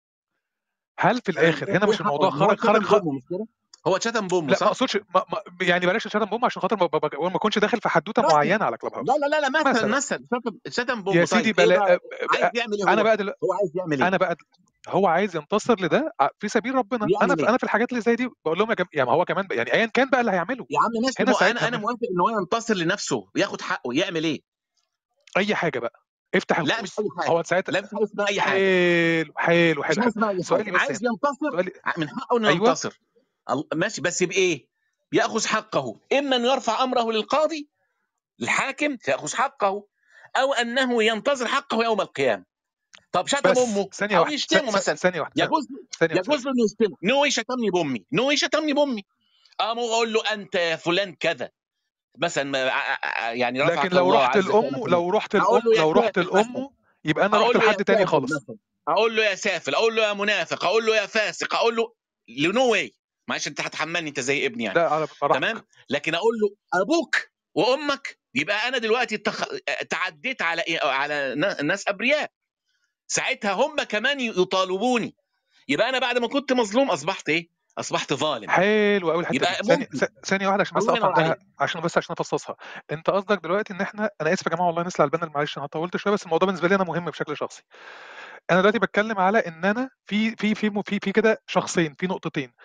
هل في تمام. الآخر ايه هنا إيه مش حقه الموضوع يعني؟ هو خرج خرج اتشتم خ بامه مش كده؟ هو اتشتم بامه لأ ما صح؟ أقصدش، ما ما يعني بلاش الشتم بوم عشان خاطر ما ب ب ما أكونش داخل في حدوتة مثلا. معيّنة على club لا house. لا لا لا مثلا مثلًا مثلا اتشتم اتشتم يا بامه، سيدي طيب ايه بلا بقى؟ أ عايز أ يعمل ايه أنا هو؟ بقى دلو هو عايز يعمل ايه؟ أنا بقى د هو عايز ينتصر لده ع في سبيل ربنا، أنا يعمل في ايه؟ أنا في الحاجات اللي زي دي باقول لهم يا جم يعني ما هو كمان ب يعني أيًا كان بقى اللي هيعمله، يا عم ماشي، هنا ما هو انا ساعتها انا مش موافق ان هو ينتصر لنفسه وياخد حقه، يعمل ايه؟ أي حاجة بقى، افتح لا مش القوس، اي حاجه، هو ساعتها لا مش حاجه اسمها اي حاجه، حلو، حلو، مفيش حلو، حاجه حلو. اسمها اي سؤالي حاجه. بس عايز هنا، ينتصر، سؤالي ع- من حقه انه أيوه، ينتصر. ال- ماشي، بس بايه؟ ياخذ حقه، اما انه يرفع امره للقاضي الحاكم فياخذ حقه، او انه ينتظر حقه يوم القيامه. طب شتم بس امه ثانية او واحدة، ث يشتمه ث مثلا، ثانية واحدة، ثانية يجوز ثانية ثانية يجوز له انه يشتمه. نو شتمني بامي، نو شتمني بامي، قام اقول له انت يا فلان كذا مثلا، ما- ع- ع- يعني لكن رفعك لو الله رُحت عز لأمه شأنك الله. لو رُحت اقول لأم له يا لو رُحت سافل مثلا، لأمه يبقى أنا رُحت اقول له يا لحد تاني سافل خالص. مثلا، اقول له يا سافل، اقول له يا منافق، اقول له يا فاسق، اقول له نو واي. معلش انت هتحملني، انت زي ابني يعني. لأ على براحتك. تمام. لكن اقول له ابوك وامك، يبقى انا دلوقتي تخ... تعديت على إيه؟ على نا- ناس ابرياء، ساعتها هم كمان يطالبوني، يبقى انا بعد ما كنت مظلوم اصبحت ايه؟ اصبحت ظالم. حلو أوي الحتة دي. يبقى ثانية ممكن. ث ثانية واحدة عشان بس الله أقف ينور عندها، عليك. عشان بس عشان أفصّصها. أنت قصدك دلوقتي إن إحنا، أنا آسف يا جماعة والله نسل على البنا معلش أنا طوّلت شوية، بس الموضوع بالنسبة لي أنا مهم بشكل شخصي. أنا دلوقتي باتكلّم على إن أنا في في في م في في كده شخصين، في نقطتين.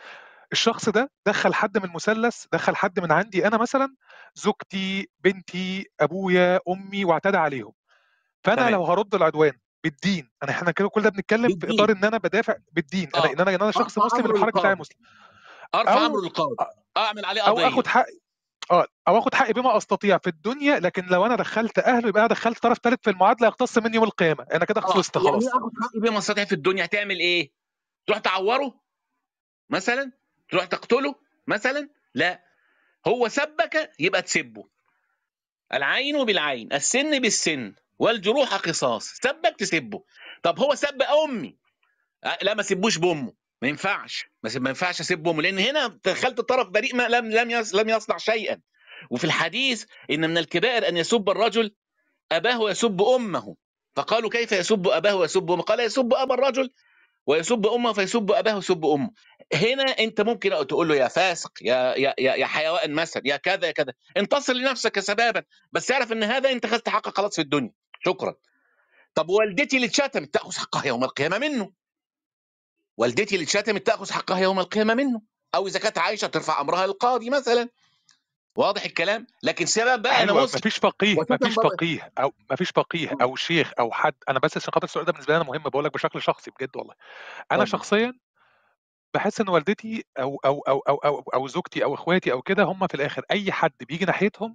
الشخص ده دخل حد من المثلث، دخل حد من عندي انا مثلا، زوجتي، بنتي، ابويا، امي، واعتدى عليهم. فانا تمام لو هرد العدوان بالدين، انا احنا كده كل ده بنتكلم في اطار بالدين ان انا بدافع بالدين، انا اه ان انا ان انا شخص ارفع مسلم، امره المحرك بتاعي للقاضي، مسلم، ارفع امره او للقاضي، اعمل عليه او اخد قضيه. حق اه او اخد حقي بما استطيع في الدنيا، لكن لو انا دخلت اهله يبقى انا دخلت طرف ثالث في المعادله يختص مني يوم القيامه، انا كده اه خلصت يعني خلاص. ايه اخد حقي بما استطيع في الدنيا؟ هتعمل ايه؟ تروح تعوره مثلا؟ تروح تقتله مثلا؟ لا، هو سبك يبقى تسبه. العين بالعين، السن بالسن، والجروح قصاص. سبك تسبه. طب هو سب امي، لا ما سبوش بامه، ما ينفعش، ما ينفعش اسب امه، لان هنا دخلت الطرف بريء ما لم لم لم يصنع شيئا. وفي الحديث ان من الكبائر ان يسب الرجل اباه ويسب امه، فقالوا كيف يسب اباه ويسب امه؟ قال يسب ابا الرجل ويسب امه فيسب اباه ويسب امه. هنا انت ممكن تقول له يا فاسق، يا يا يا, يا حيوان مثلا، يا كذا يا كذا، انتصر لنفسك سبابا، بس اعرف ان هذا انت خدت حقك خلاص في الدنيا، شكرا. طب والدتي اللي اتشتمت تاخذ حقها يوم القيامه منه، والدتي اللي اتشتمت تاخذ حقها يوم القيامه منه، او اذا كانت عايشه ترفع امرها للقاضي مثلا. واضح الكلام؟ لكن سبب بقى انا حلو قوي، مسلم مفيش فقيه وشتم مفيش بره. فقيه او مفيش فقيه او شيخ او حد، انا بس عشان خاطر السؤال ده بالنسبه لي انا مهم، بقول لك بشكل شخصي بجد والله. انا اتفضل. شخصيا باحس إن والدتي أو أو أو أو أو أو زوجتي أو إخواتي أو كده، هم في الآخر أي حد بييجي ناحيتهم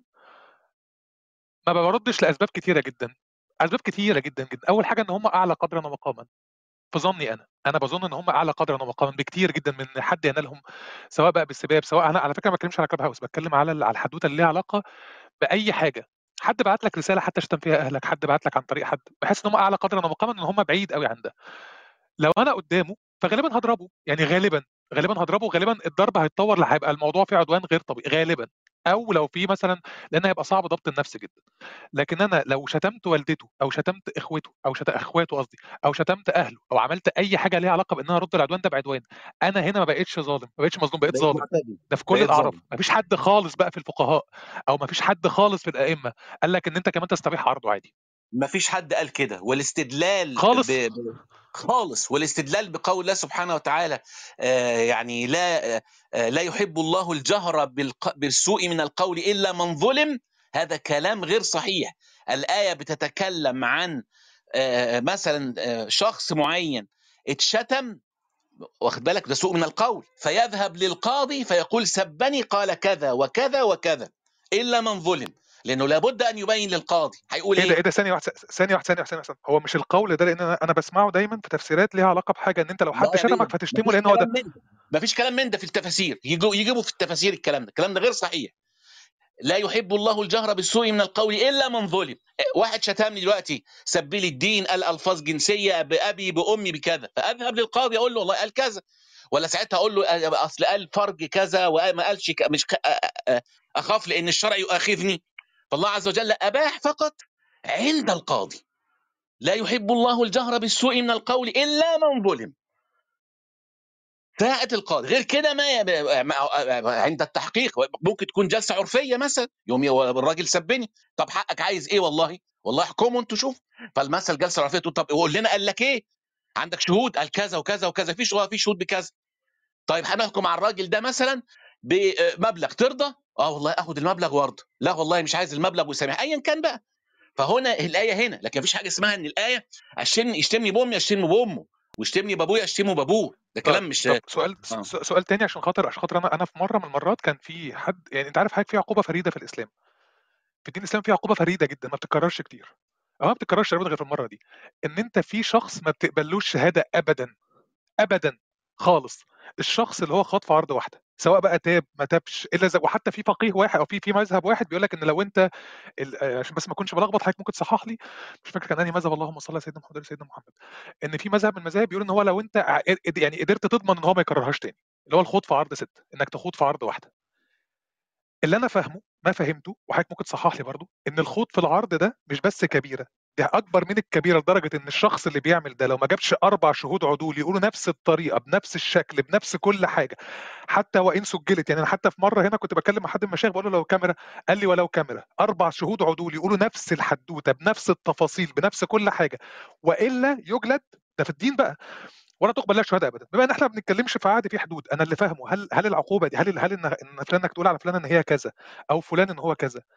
ما باردش لأسباب كتيرة جدًا، أسباب كتيرة جدًا، جدًا. أول حاجة إن هم أعلى قدرًا ومقامًا في ظني أنا، أنا باظن إن هم أعلى قدرًا ومقامًا بكتير جدًا من حد ينالهم، سواء بقى بالسباب، سواء أنا على فكرة ما باتكلمش على club house، باتكلم على ال على الحدوتة اللي ليها علاقة بأي حاجة. حد بعت لك رسالة حتى شتم فيها أهلك، حد بعت لك عن طريق حد، باحس إن هم أعلى قدرًا ومقامًا، إن هم بعيد أوي عن ده. لو أنا قدّامه فغالبًا هاضربه، يعني غالبًا، غالبًا هاضربه، وغالبًا الضرب هيتطور ل هيبقى الموضوع فيه عدوان غير طبيعي غالبًا، أو لو في مثلًا، لأن هيبقى صعب ضبط النفس جدًا. لكن أنا لو شتمت والدته أو شتمت إخوته أو شت إخواته قصدي، أو شتمت أهله أو عملت أي حاجة ليها علاقة بإن أنا أرُد العدوان ده بعدوان، أنا هنا ما بقيتش ظالم، ما بقيتش مظلوم، بقيت بقيت ظالم. معتدي، ده في كل بقيت الأعراف، ظالم. ما فيش حد خالص بقى في الفقهاء أو ما فيش حد خالص في الأئمة قال لك إن أنت كمان تستبيح عرضه عادي. ما فيش حد قال كده، والاستدلال ب... خالص. ب... خالص، والاستدلال بقول الله سبحانه وتعالى آه يعني لا آه لا يحب الله الجهر بالق... بالسوء من القول إلا من ظلم. هذا كلام غير صحيح. الآية بتتكلم عن آه مثلا آه شخص معين اتشتم، واخد بالك، ده سوء من القول، فيذهب للقاضي فيقول سبني قال كذا وكذا وكذا إلا من ظلم، لأنه لابد أن يبين للقاضي هيقول إيه ده، إيه. إيه ده، ثانية واحدة، ثانية واحدة، ثانية واحدة، ثانية واحدة، هو مش القول ده، لأن أنا أنا باسمعه دايمًا في تفسيرات ليها علاقة بحاجة، إن أنت لو لا حد يا بيه، شتمك فتشتمه مفيش لأن هو كلام ده. من ده، مفيش كلام من ده في التفاسير. يجوا يجيبوا في التفاسير الكلام ده، الكلام ده غير صحيح. لا يحب الله الجهر بالسوء من القول الا من ظلم. واحد شتمني دلوقتي، سب لي الدين، قال الفاظ جنسيه بابي بامي بكذا، فاذهب للقاضي اقول له والله قال كذا، ولا ساعتها اقول له اصل قال فرج كذا وما قالش ك... مش ك... اخاف لان الشرع يؤاخذني. فالله عز وجل اباح فقط عند القاضي. لا يحب الله الجهر بالسوء من القول الا من ظلم. ساعة القاضي، غير كده ما عند التحقيق ممكن تكون جلسة عرفية مثلا، يوم الراجل سبني، طب حقك عايز ايه؟ والله والله احكموا انتوا شوف. فالمثل جلسة عرفية تقول طب قول لنا قال لك ايه؟ عندك شهود؟ قال كذا وكذا وكذا، في شهود في شهود بكذا. طيب هنحكم على الراجل ده مثلا بمبلغ، ترضى؟ اه والله اخد المبلغ وارضى، لا والله مش عايز المبلغ وسامح، ايا كان بقى. فهنا الايه هنا، لكن مفيش حاجه اسمها ان الايه اشتمني يشتمني بامي اشتمه بامه، واشتمني بابويا اشتمه بابوه، ده طيب، كلام مش طب سؤال س اه س سؤال تاني، عشان خاطر عشان خاطر أنا أنا في مرة من المرات كان في حد، يعني أنت عارف حضرتك في عقوبة فريدة في الإسلام، في الدين الإسلامي في عقوبة فريدة جدًا ما بتتكررش كتير، أو ما بتتكررش تقريبًا غير في المرة دي، إن أنت في شخص ما بتقبلوش شهادة أبدًا، أبدًا خالص، الشخص اللي هو خاض في عرض واحدة، سواء بقى تاب ما تابش إلا إذا، وحتى في فقيه واحد أو في في مذهب واحد بيقول لك إن لو أنت ال آآ عشان بس ما أكونش بالخبط، حضرتك ممكن تصحح لي، مش فاكر كان أنهي مذهب، اللهم صل على سيدنا محمد وآل سيدنا محمد، إن في مذهب من المذاهب بيقول إن هو لو أنت ع اد يعني قدرت تضمن إن هو ما يكررهاش تاني، اللي هو الخوض في عرض ستة، إنك تخوض في عرض واحدة. اللي أنا فاهمه، ما فهمته وحضرتك ممكن تصحح لي برضه، إن الخوض في العرض ده مش بس كبيرة، ده أكبر من الكبيرة، لدرجة إن الشخص اللي بيعمل ده لو ما جابش أربع شهود عدول يقولوا نفس الطريقة بنفس الشكل بنفس كل حاجة، حتى وإن سجلت، يعني أنا حتى في مرة هنا كنت باتكلم مع حد من المشايخ باقول له لو كاميرا، قال لي ولو كاميرا، أربع شهود عدول يقولوا نفس الحدوتة بنفس التفاصيل بنفس كل حاجة، وإلا يُجلد، ده في الدين بقى، ولا تقبل لها شهاده ابدا. بما ان احنا ما بنتكلمش في عقد في حدود، انا اللي فاهمه هل هل العقوبه دي، هل هل ان ان فلان انك تقول على فلان ان هي كذا او فلان ان هو كذا،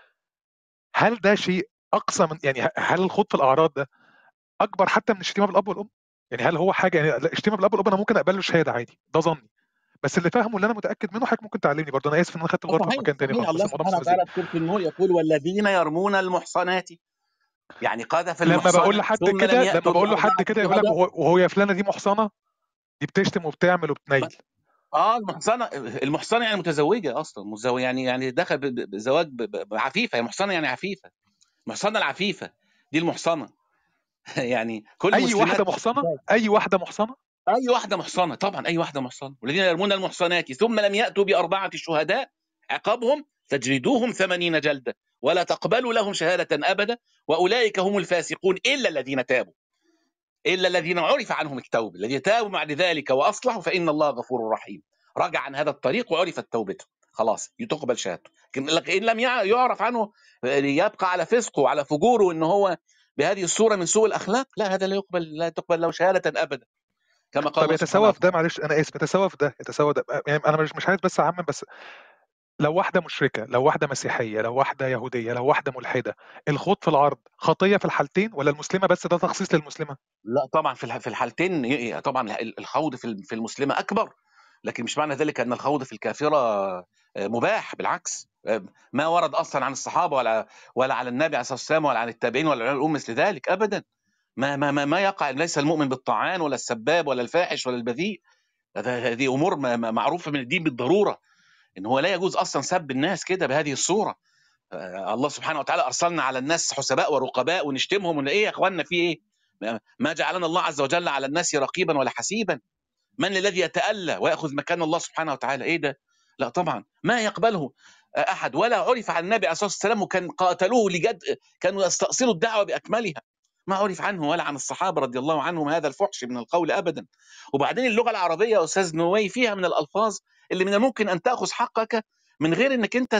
هل ده شيء اقصى من يعني هل الخوض في الاعراض ده اكبر حتى من الشتيمه بالاب والام؟ يعني هل هو حاجه يعني الشتيمه بالاب والام انا ممكن اقبل له شهاده عادي، ده ظني، بس اللي فاهمه اللي انا متاكد منه حضرتك ممكن تعلمني برضه. انا اسف ان انا خدت الغرفه في صحيح مكان تاني صحيح. خالص، بس الله الموضوع سبحانه مستفزني. وتعالى في سوره النور يقول والذين يرمون المحصنات، يعني قذف لما بقول المحصنة لحد ثم لم كده لما يأتوا بقول له حد بأربعة كده يقول لك شهداء. وهو وهو يا فلانه دي محصنه، دي بتشتم وبتعمل وبتنيل. اه المحصنة، المحصنة يعني متزوجة اصلا، متزوجة يعني يعني دخل ب- ب- بزواج ب- ب- عفيفة، هي محصنة يعني عفيفة، المحصنة العفيفة دي المحصنة. يعني كل اي واحده مسلمات محصنه، اي واحده محصنه. اي واحده محصنه، طبعا اي واحده محصنه. والذين يرمون المحصنات ثم لم ياتوا باربعه شهداء عقابهم فاجلدوهم ثمانين جلده ولا تقبلوا لهم شهاده ابدا واولئك هم الفاسقون الا الذين تابوا، الا الذين عرف عنهم التوبه، الذين تابوا بعد ذلك واصلحوا فان الله غفور رحيم. رجع عن هذا الطريق وعرفت توبته خلاص تقبل شهادته. لكن ان لم يعرف عنه يبقى على فسقه وعلى فجوره ان هو بهذه الصوره من سوء الاخلاق، لا هذا لا يقبل، لا تقبل له شهاده ابدا كما قال طب الله سبحانه يتساوى في ده، وتعالى. معلش انا اسف، يتساوى في ده، يتساوى ده يعني انا مش مش عايز بس اعمم، بس لو واحده مشركه، لو واحده مسيحيه، لو واحده يهوديه، لو واحده ملحده، الخوض في العرض خطيه في الحالتين ولا المسلمه بس ده تخصيص للمسلمه؟ لا طبعا في الح- في الحالتين ي- طبعا الخوض في الم- في المسلمه اكبر، لكن مش معنى ذلك ان الخوض في الكافره آه، مباح، بالعكس. آه، ما ورد اصلا عن الصحابه ولا ولا على النبي عليه الصلاه والسلام ولا عن التابعين ولا علماء الامه مثل ذلك ابدا. ما ما ما, ما يقع، ليس المؤمن بالطعان ولا السباب ولا الفاحش ولا البذيء. هذا- هذه امور ما- ما- معروفه من الدين بالضروره، ان هو لا يجوز اصلا سب الناس كده بهذه الصوره. آه، الله سبحانه وتعالى ارسلنا على الناس حسباء ورقباء ونشتمهم ولا ايه يا اخواننا؟ في ايه؟ ما جعلنا الله عز وجل على الناس رقيبا ولا حسيبا. من الذي يتألى ويأخذ مكان الله سبحانه وتعالى؟ ايه ده؟ لا طبعا ما يقبله احد. ولا عرف عن النبي عليه الصلاه والسلام، وكان قاتلوه لجد، كانوا يستأصلوا الدعوه باكملها، ما عرف عنه ولا عن الصحابه رضي الله عنهم هذا الفحش من القول ابدا. وبعدين اللغه العربيه يا استاذ نووي فيها من الالفاظ اللي من الممكن ان تاخذ حقك من غير انك انت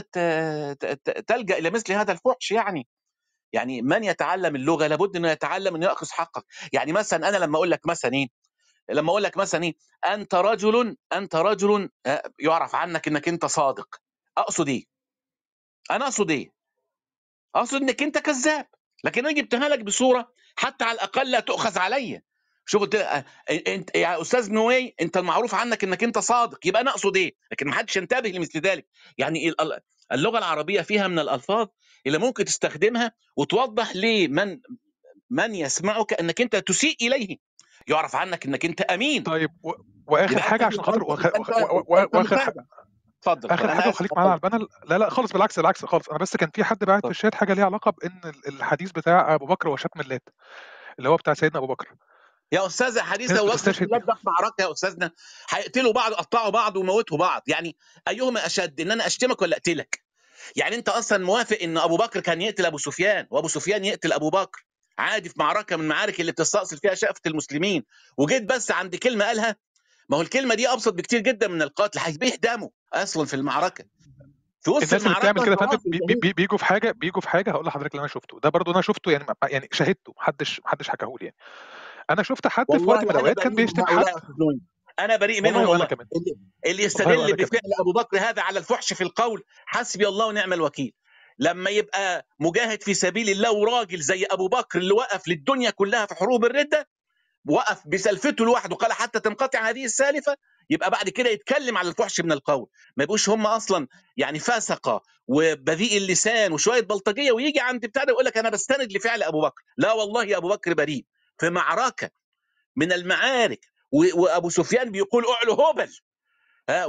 تلجا الى مثل هذا الفحش. يعني يعني من يتعلم اللغه لابد انه يتعلم انه ياخذ حقك. يعني مثلا انا لما اقول لك مثلا ايه، لما اقول لك مثلا ايه، انت رجل، انت رجل يعرف عنك انك انت صادق، اقصد ايه؟ انا اقصد ايه؟ اقصد انك انت كذاب، لكن انا جبتها لك بصوره حتى على الاقل لا تؤخذ عليا. شو قلت انت يا استاذ نووي، انت المعروف عنك انك انت صادق، يبقى انا اقصد ايه؟ لكن ما حدش ينتبه لمثل ذلك. يعني اللغه العربيه فيها من الالفاظ اللي ممكن تستخدمها وتوضح لمن من يسمعك انك انت تسيء اليه، يعرف عنك انك انت امين. طيب و... واخر يبقى انت حاجه عشان خاطر انت وخ... انت, و... و... انت واخر ح... مخادع. اتفضل اخر اتفضل حاجه انا اسف وخليك معانا على اتفضل البنا. لا لا خالص، بالعكس بالعكس خالص. انا بس كان في حد باعت في الشات حاجه ليها علاقه بان الحديث بتاع ابو بكر وشتم اللات اللي هو بتاع سيدنا ابو بكر، يا استاذ حديث ناس ابو بكر بتستشهد الشباب بيه. ده معركه يا استاذنا، هيقتلوا بعض، قطعوا بعض وموتوا بعض. يعني ايهما اشد، ان انا اشتمك ولا اقتلك؟ يعني انت اصلا موافق ان ابو بكر كان يقتل ابو سفيان وابو سفيان يقتل ابو بكر عادي في معركه من المعارك اللي بتستأصل فيها شأفة المسلمين، وجيت بس عند كلمه قالها؟ ما هو الكلمه دي ابسط بكتير جدا من القتل، هيبيح دمه اصلا في المعركه، في وسط الناس اللي بتعمل المعركه كده يا فندم خلاص بي... انتهينا. بي... بيجوا في حاجه بيجوا في حاجه هقول لحضرتك اللي انا شفته ده برضو، انا شفته يعني يعني شاهدته، محدش محدش حكاه لي يعني. انا شفت حد في والله وقت من انا الاوقات كان بريء من بيشتم حد، هؤلاء الخزنون، انا بريء منهم والله وانا والله. كمان، اللي, اللي والله وانا يستدل كمان. بفعل ابو بكر هذا على الفحش في القول حسبي الله ونعم الوكيل. لما يبقى مجاهد في سبيل الله وراجل زي ابو بكر اللي وقف للدنيا كلها في حروب الرده، وقف بسلفته لوحده قال حتى تنقطع هذه السالفه، يبقى بعد كده يتكلم على الفحش من القول. ما يبقوش هم اصلا يعني فاسقه وبذيء اللسان وشويه بلطجيه ويجي عند بتاع ده يقول لك انا بستند لفعل ابو بكر. لا والله يا ابو بكر بريء في معركه من المعارك، وابو سفيان بيقول اعلو هبل، ها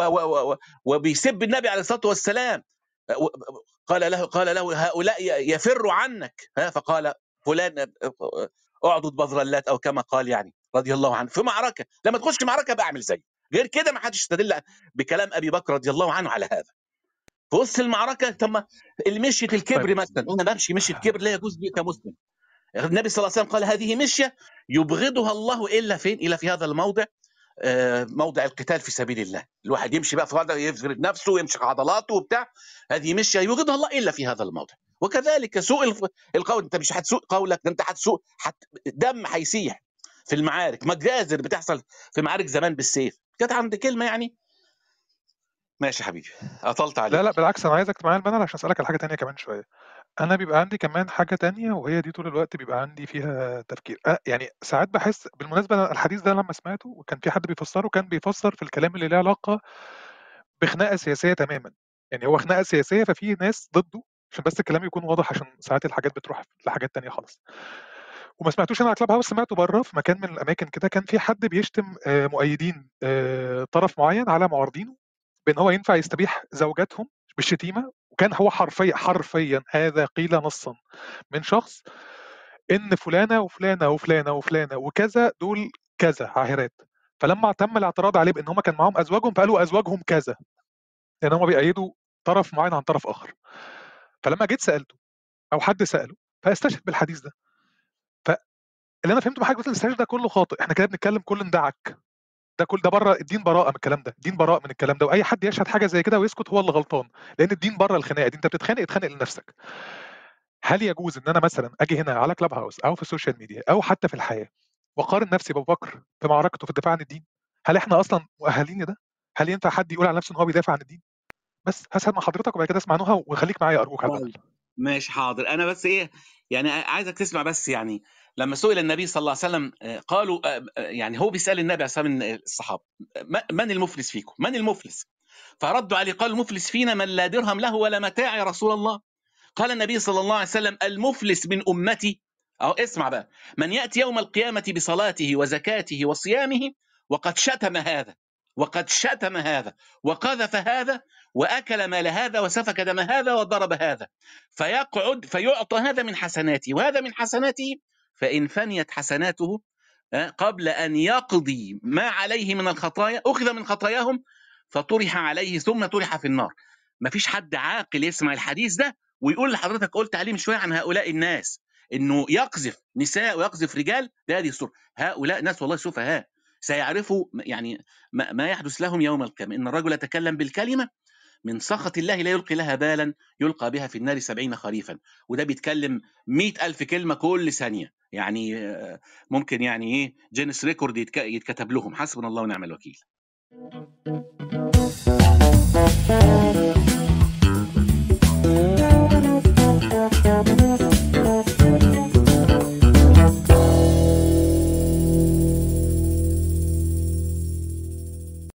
وبيسب النبي عليه الصلاه والسلام. قال له قال له هؤلاء يفروا عنك، ها فقال فلان اعضد بذرلات او كما قال يعني رضي الله عنه في معركه. لما تخش معركه بعمل زي غير كده ما حدش يستدل بكلام ابي بكر رضي الله عنه على هذا في وسط المعركه. ثم مشيه الكبر طيب مثلا، انا بمشي مشيه كبر لا يجوز لي كمسلم. النبي صلى الله عليه وسلم قال هذه مشيه يبغضها الله الا فين؟ الا في هذا الموضع، آه موضع القتال في سبيل الله. الواحد يمشي بقى في هذا يفرد نفسه ويمشي عضلاته وبتاع، هذه مشيه يبغضها الله الا في هذا الموضع. وكذلك سوء القول، انت مش هتسوء قولك، ده انت هتسوء حت دم هيسيح. في المعارك، مجازر بتحصل في معارك زمان بالسيف، جت عند كلمه يعني. ماشي يا حبيبي، اطلت عليك. لا لا بالعكس، انا عايزك معايا المنهج عشان اسالك على حاجه تانية كمان شويه. انا بيبقى عندي كمان حاجه تانية، وهي دي طول الوقت بيبقى عندي فيها تفكير. أه يعني ساعات بحس بالمناسبه، أنا الحديث ده لما سمعته وكان في حد بيفسره، كان بيفسر في الكلام اللي له علاقه بخناقه سياسيه تماما. يعني هو خناقه سياسيه ففي ناس ضده، عشان بس الكلام يكون واضح، عشان ساعات الحاجات بتروح لحاجات تانية خالص. وما سمعتوش انا على كلاب هاوس، سمعته بره في مكان من الاماكن كده، كان في حد بيشتم آه، مؤيدين آه، طرف معين على معارضينه، بان هو ينفع يستبيح زوجاتهم بالشتيمه. وكان هو حرفيا حرفيا هذا قيل نصا من شخص، ان فلانه وفلانه وفلانه وفلانه وكذا دول كذا عاهرات. فلما تم الاعتراض عليه بان هم كان معاهم ازواجهم، فقالوا ازواجهم كذا، لان هم بيأيدوا طرف معين عن طرف اخر. فلما جيت سالته او حد ساله فاستشهد بالحديث ده. فاللي انا فهمته من حاجه، الاستشهاد ده كله خاطئ. احنا كده بنتكلم كل اندعك، ده كل ده بره الدين، براءه من الكلام ده، الدين براء من الكلام ده. واي حد يشهد حاجه زي كده ويسكت هو اللي غلطان، لان الدين بره الخناقه دي. انت بتتخانق اتخانق لنفسك. هل يجوز ان انا مثلا اجي هنا على كلاب هاوس او في السوشيال ميديا او حتى في الحياه واقارن نفسي بابو بكر في معركته في الدفاع عن الدين؟ هل احنا اصلا مؤهلين لده؟ هل ينفع حد يقول على نفسه ان هو بيدافع عن الدين؟ بس هسهل مع حضرتك وبعد كده اسمع نهى، وخليك معايا ارجوك على المنهج. طيب ماشي حاضر. انا بس ايه يعني عايزك تسمع بس. يعني لما سئل النبي صلى الله عليه وسلم آه، قالوا آه، آه، يعني هو بيسال النبي عليه الصلاه والسلام الصحابه ما- من المفلس فيكم؟ من المفلس؟ فردوا عليه قال المفلس فينا من لا درهم له ولا متاع يا رسول الله. قال النبي صلى الله عليه وسلم المفلس من امتي، اهو اسمع بقى، من ياتي يوم القيامه بصلاته وزكاته وصيامه وقد شتم هذا وقد شتم هذا وقذف هذا واكل مال هذا وسفك دم هذا وضرب هذا، فيقعد فيعطى هذا من حسناته وهذا من حسناته، فان فنيت حسناته آه، قبل ان يقضي ما عليه من الخطايا اخذ من خطاياهم فطرح عليه ثم طرح في النار. مفيش حد عاقل يسمع الحديث ده ويقول لحضرتك قلت عليه من شويه عن هؤلاء الناس انه يقذف نساء ويقذف رجال بهذه الصوره. هؤلاء ناس والله سفهاء، سيعرفوا يعني ما ما يحدث لهم يوم القيامه. ان الرجل يتكلم بالكلمه من سخط الله لا يلقي لها بالا يلقى بها في النار سبعين خريفا، وده بيتكلم مئة ألف كلمة كل ثانية. يعني آه، ممكن يعني ايه جينيس ريكورد يتك- يتكتب لهم. حسبنا الله ونعم الوكيل.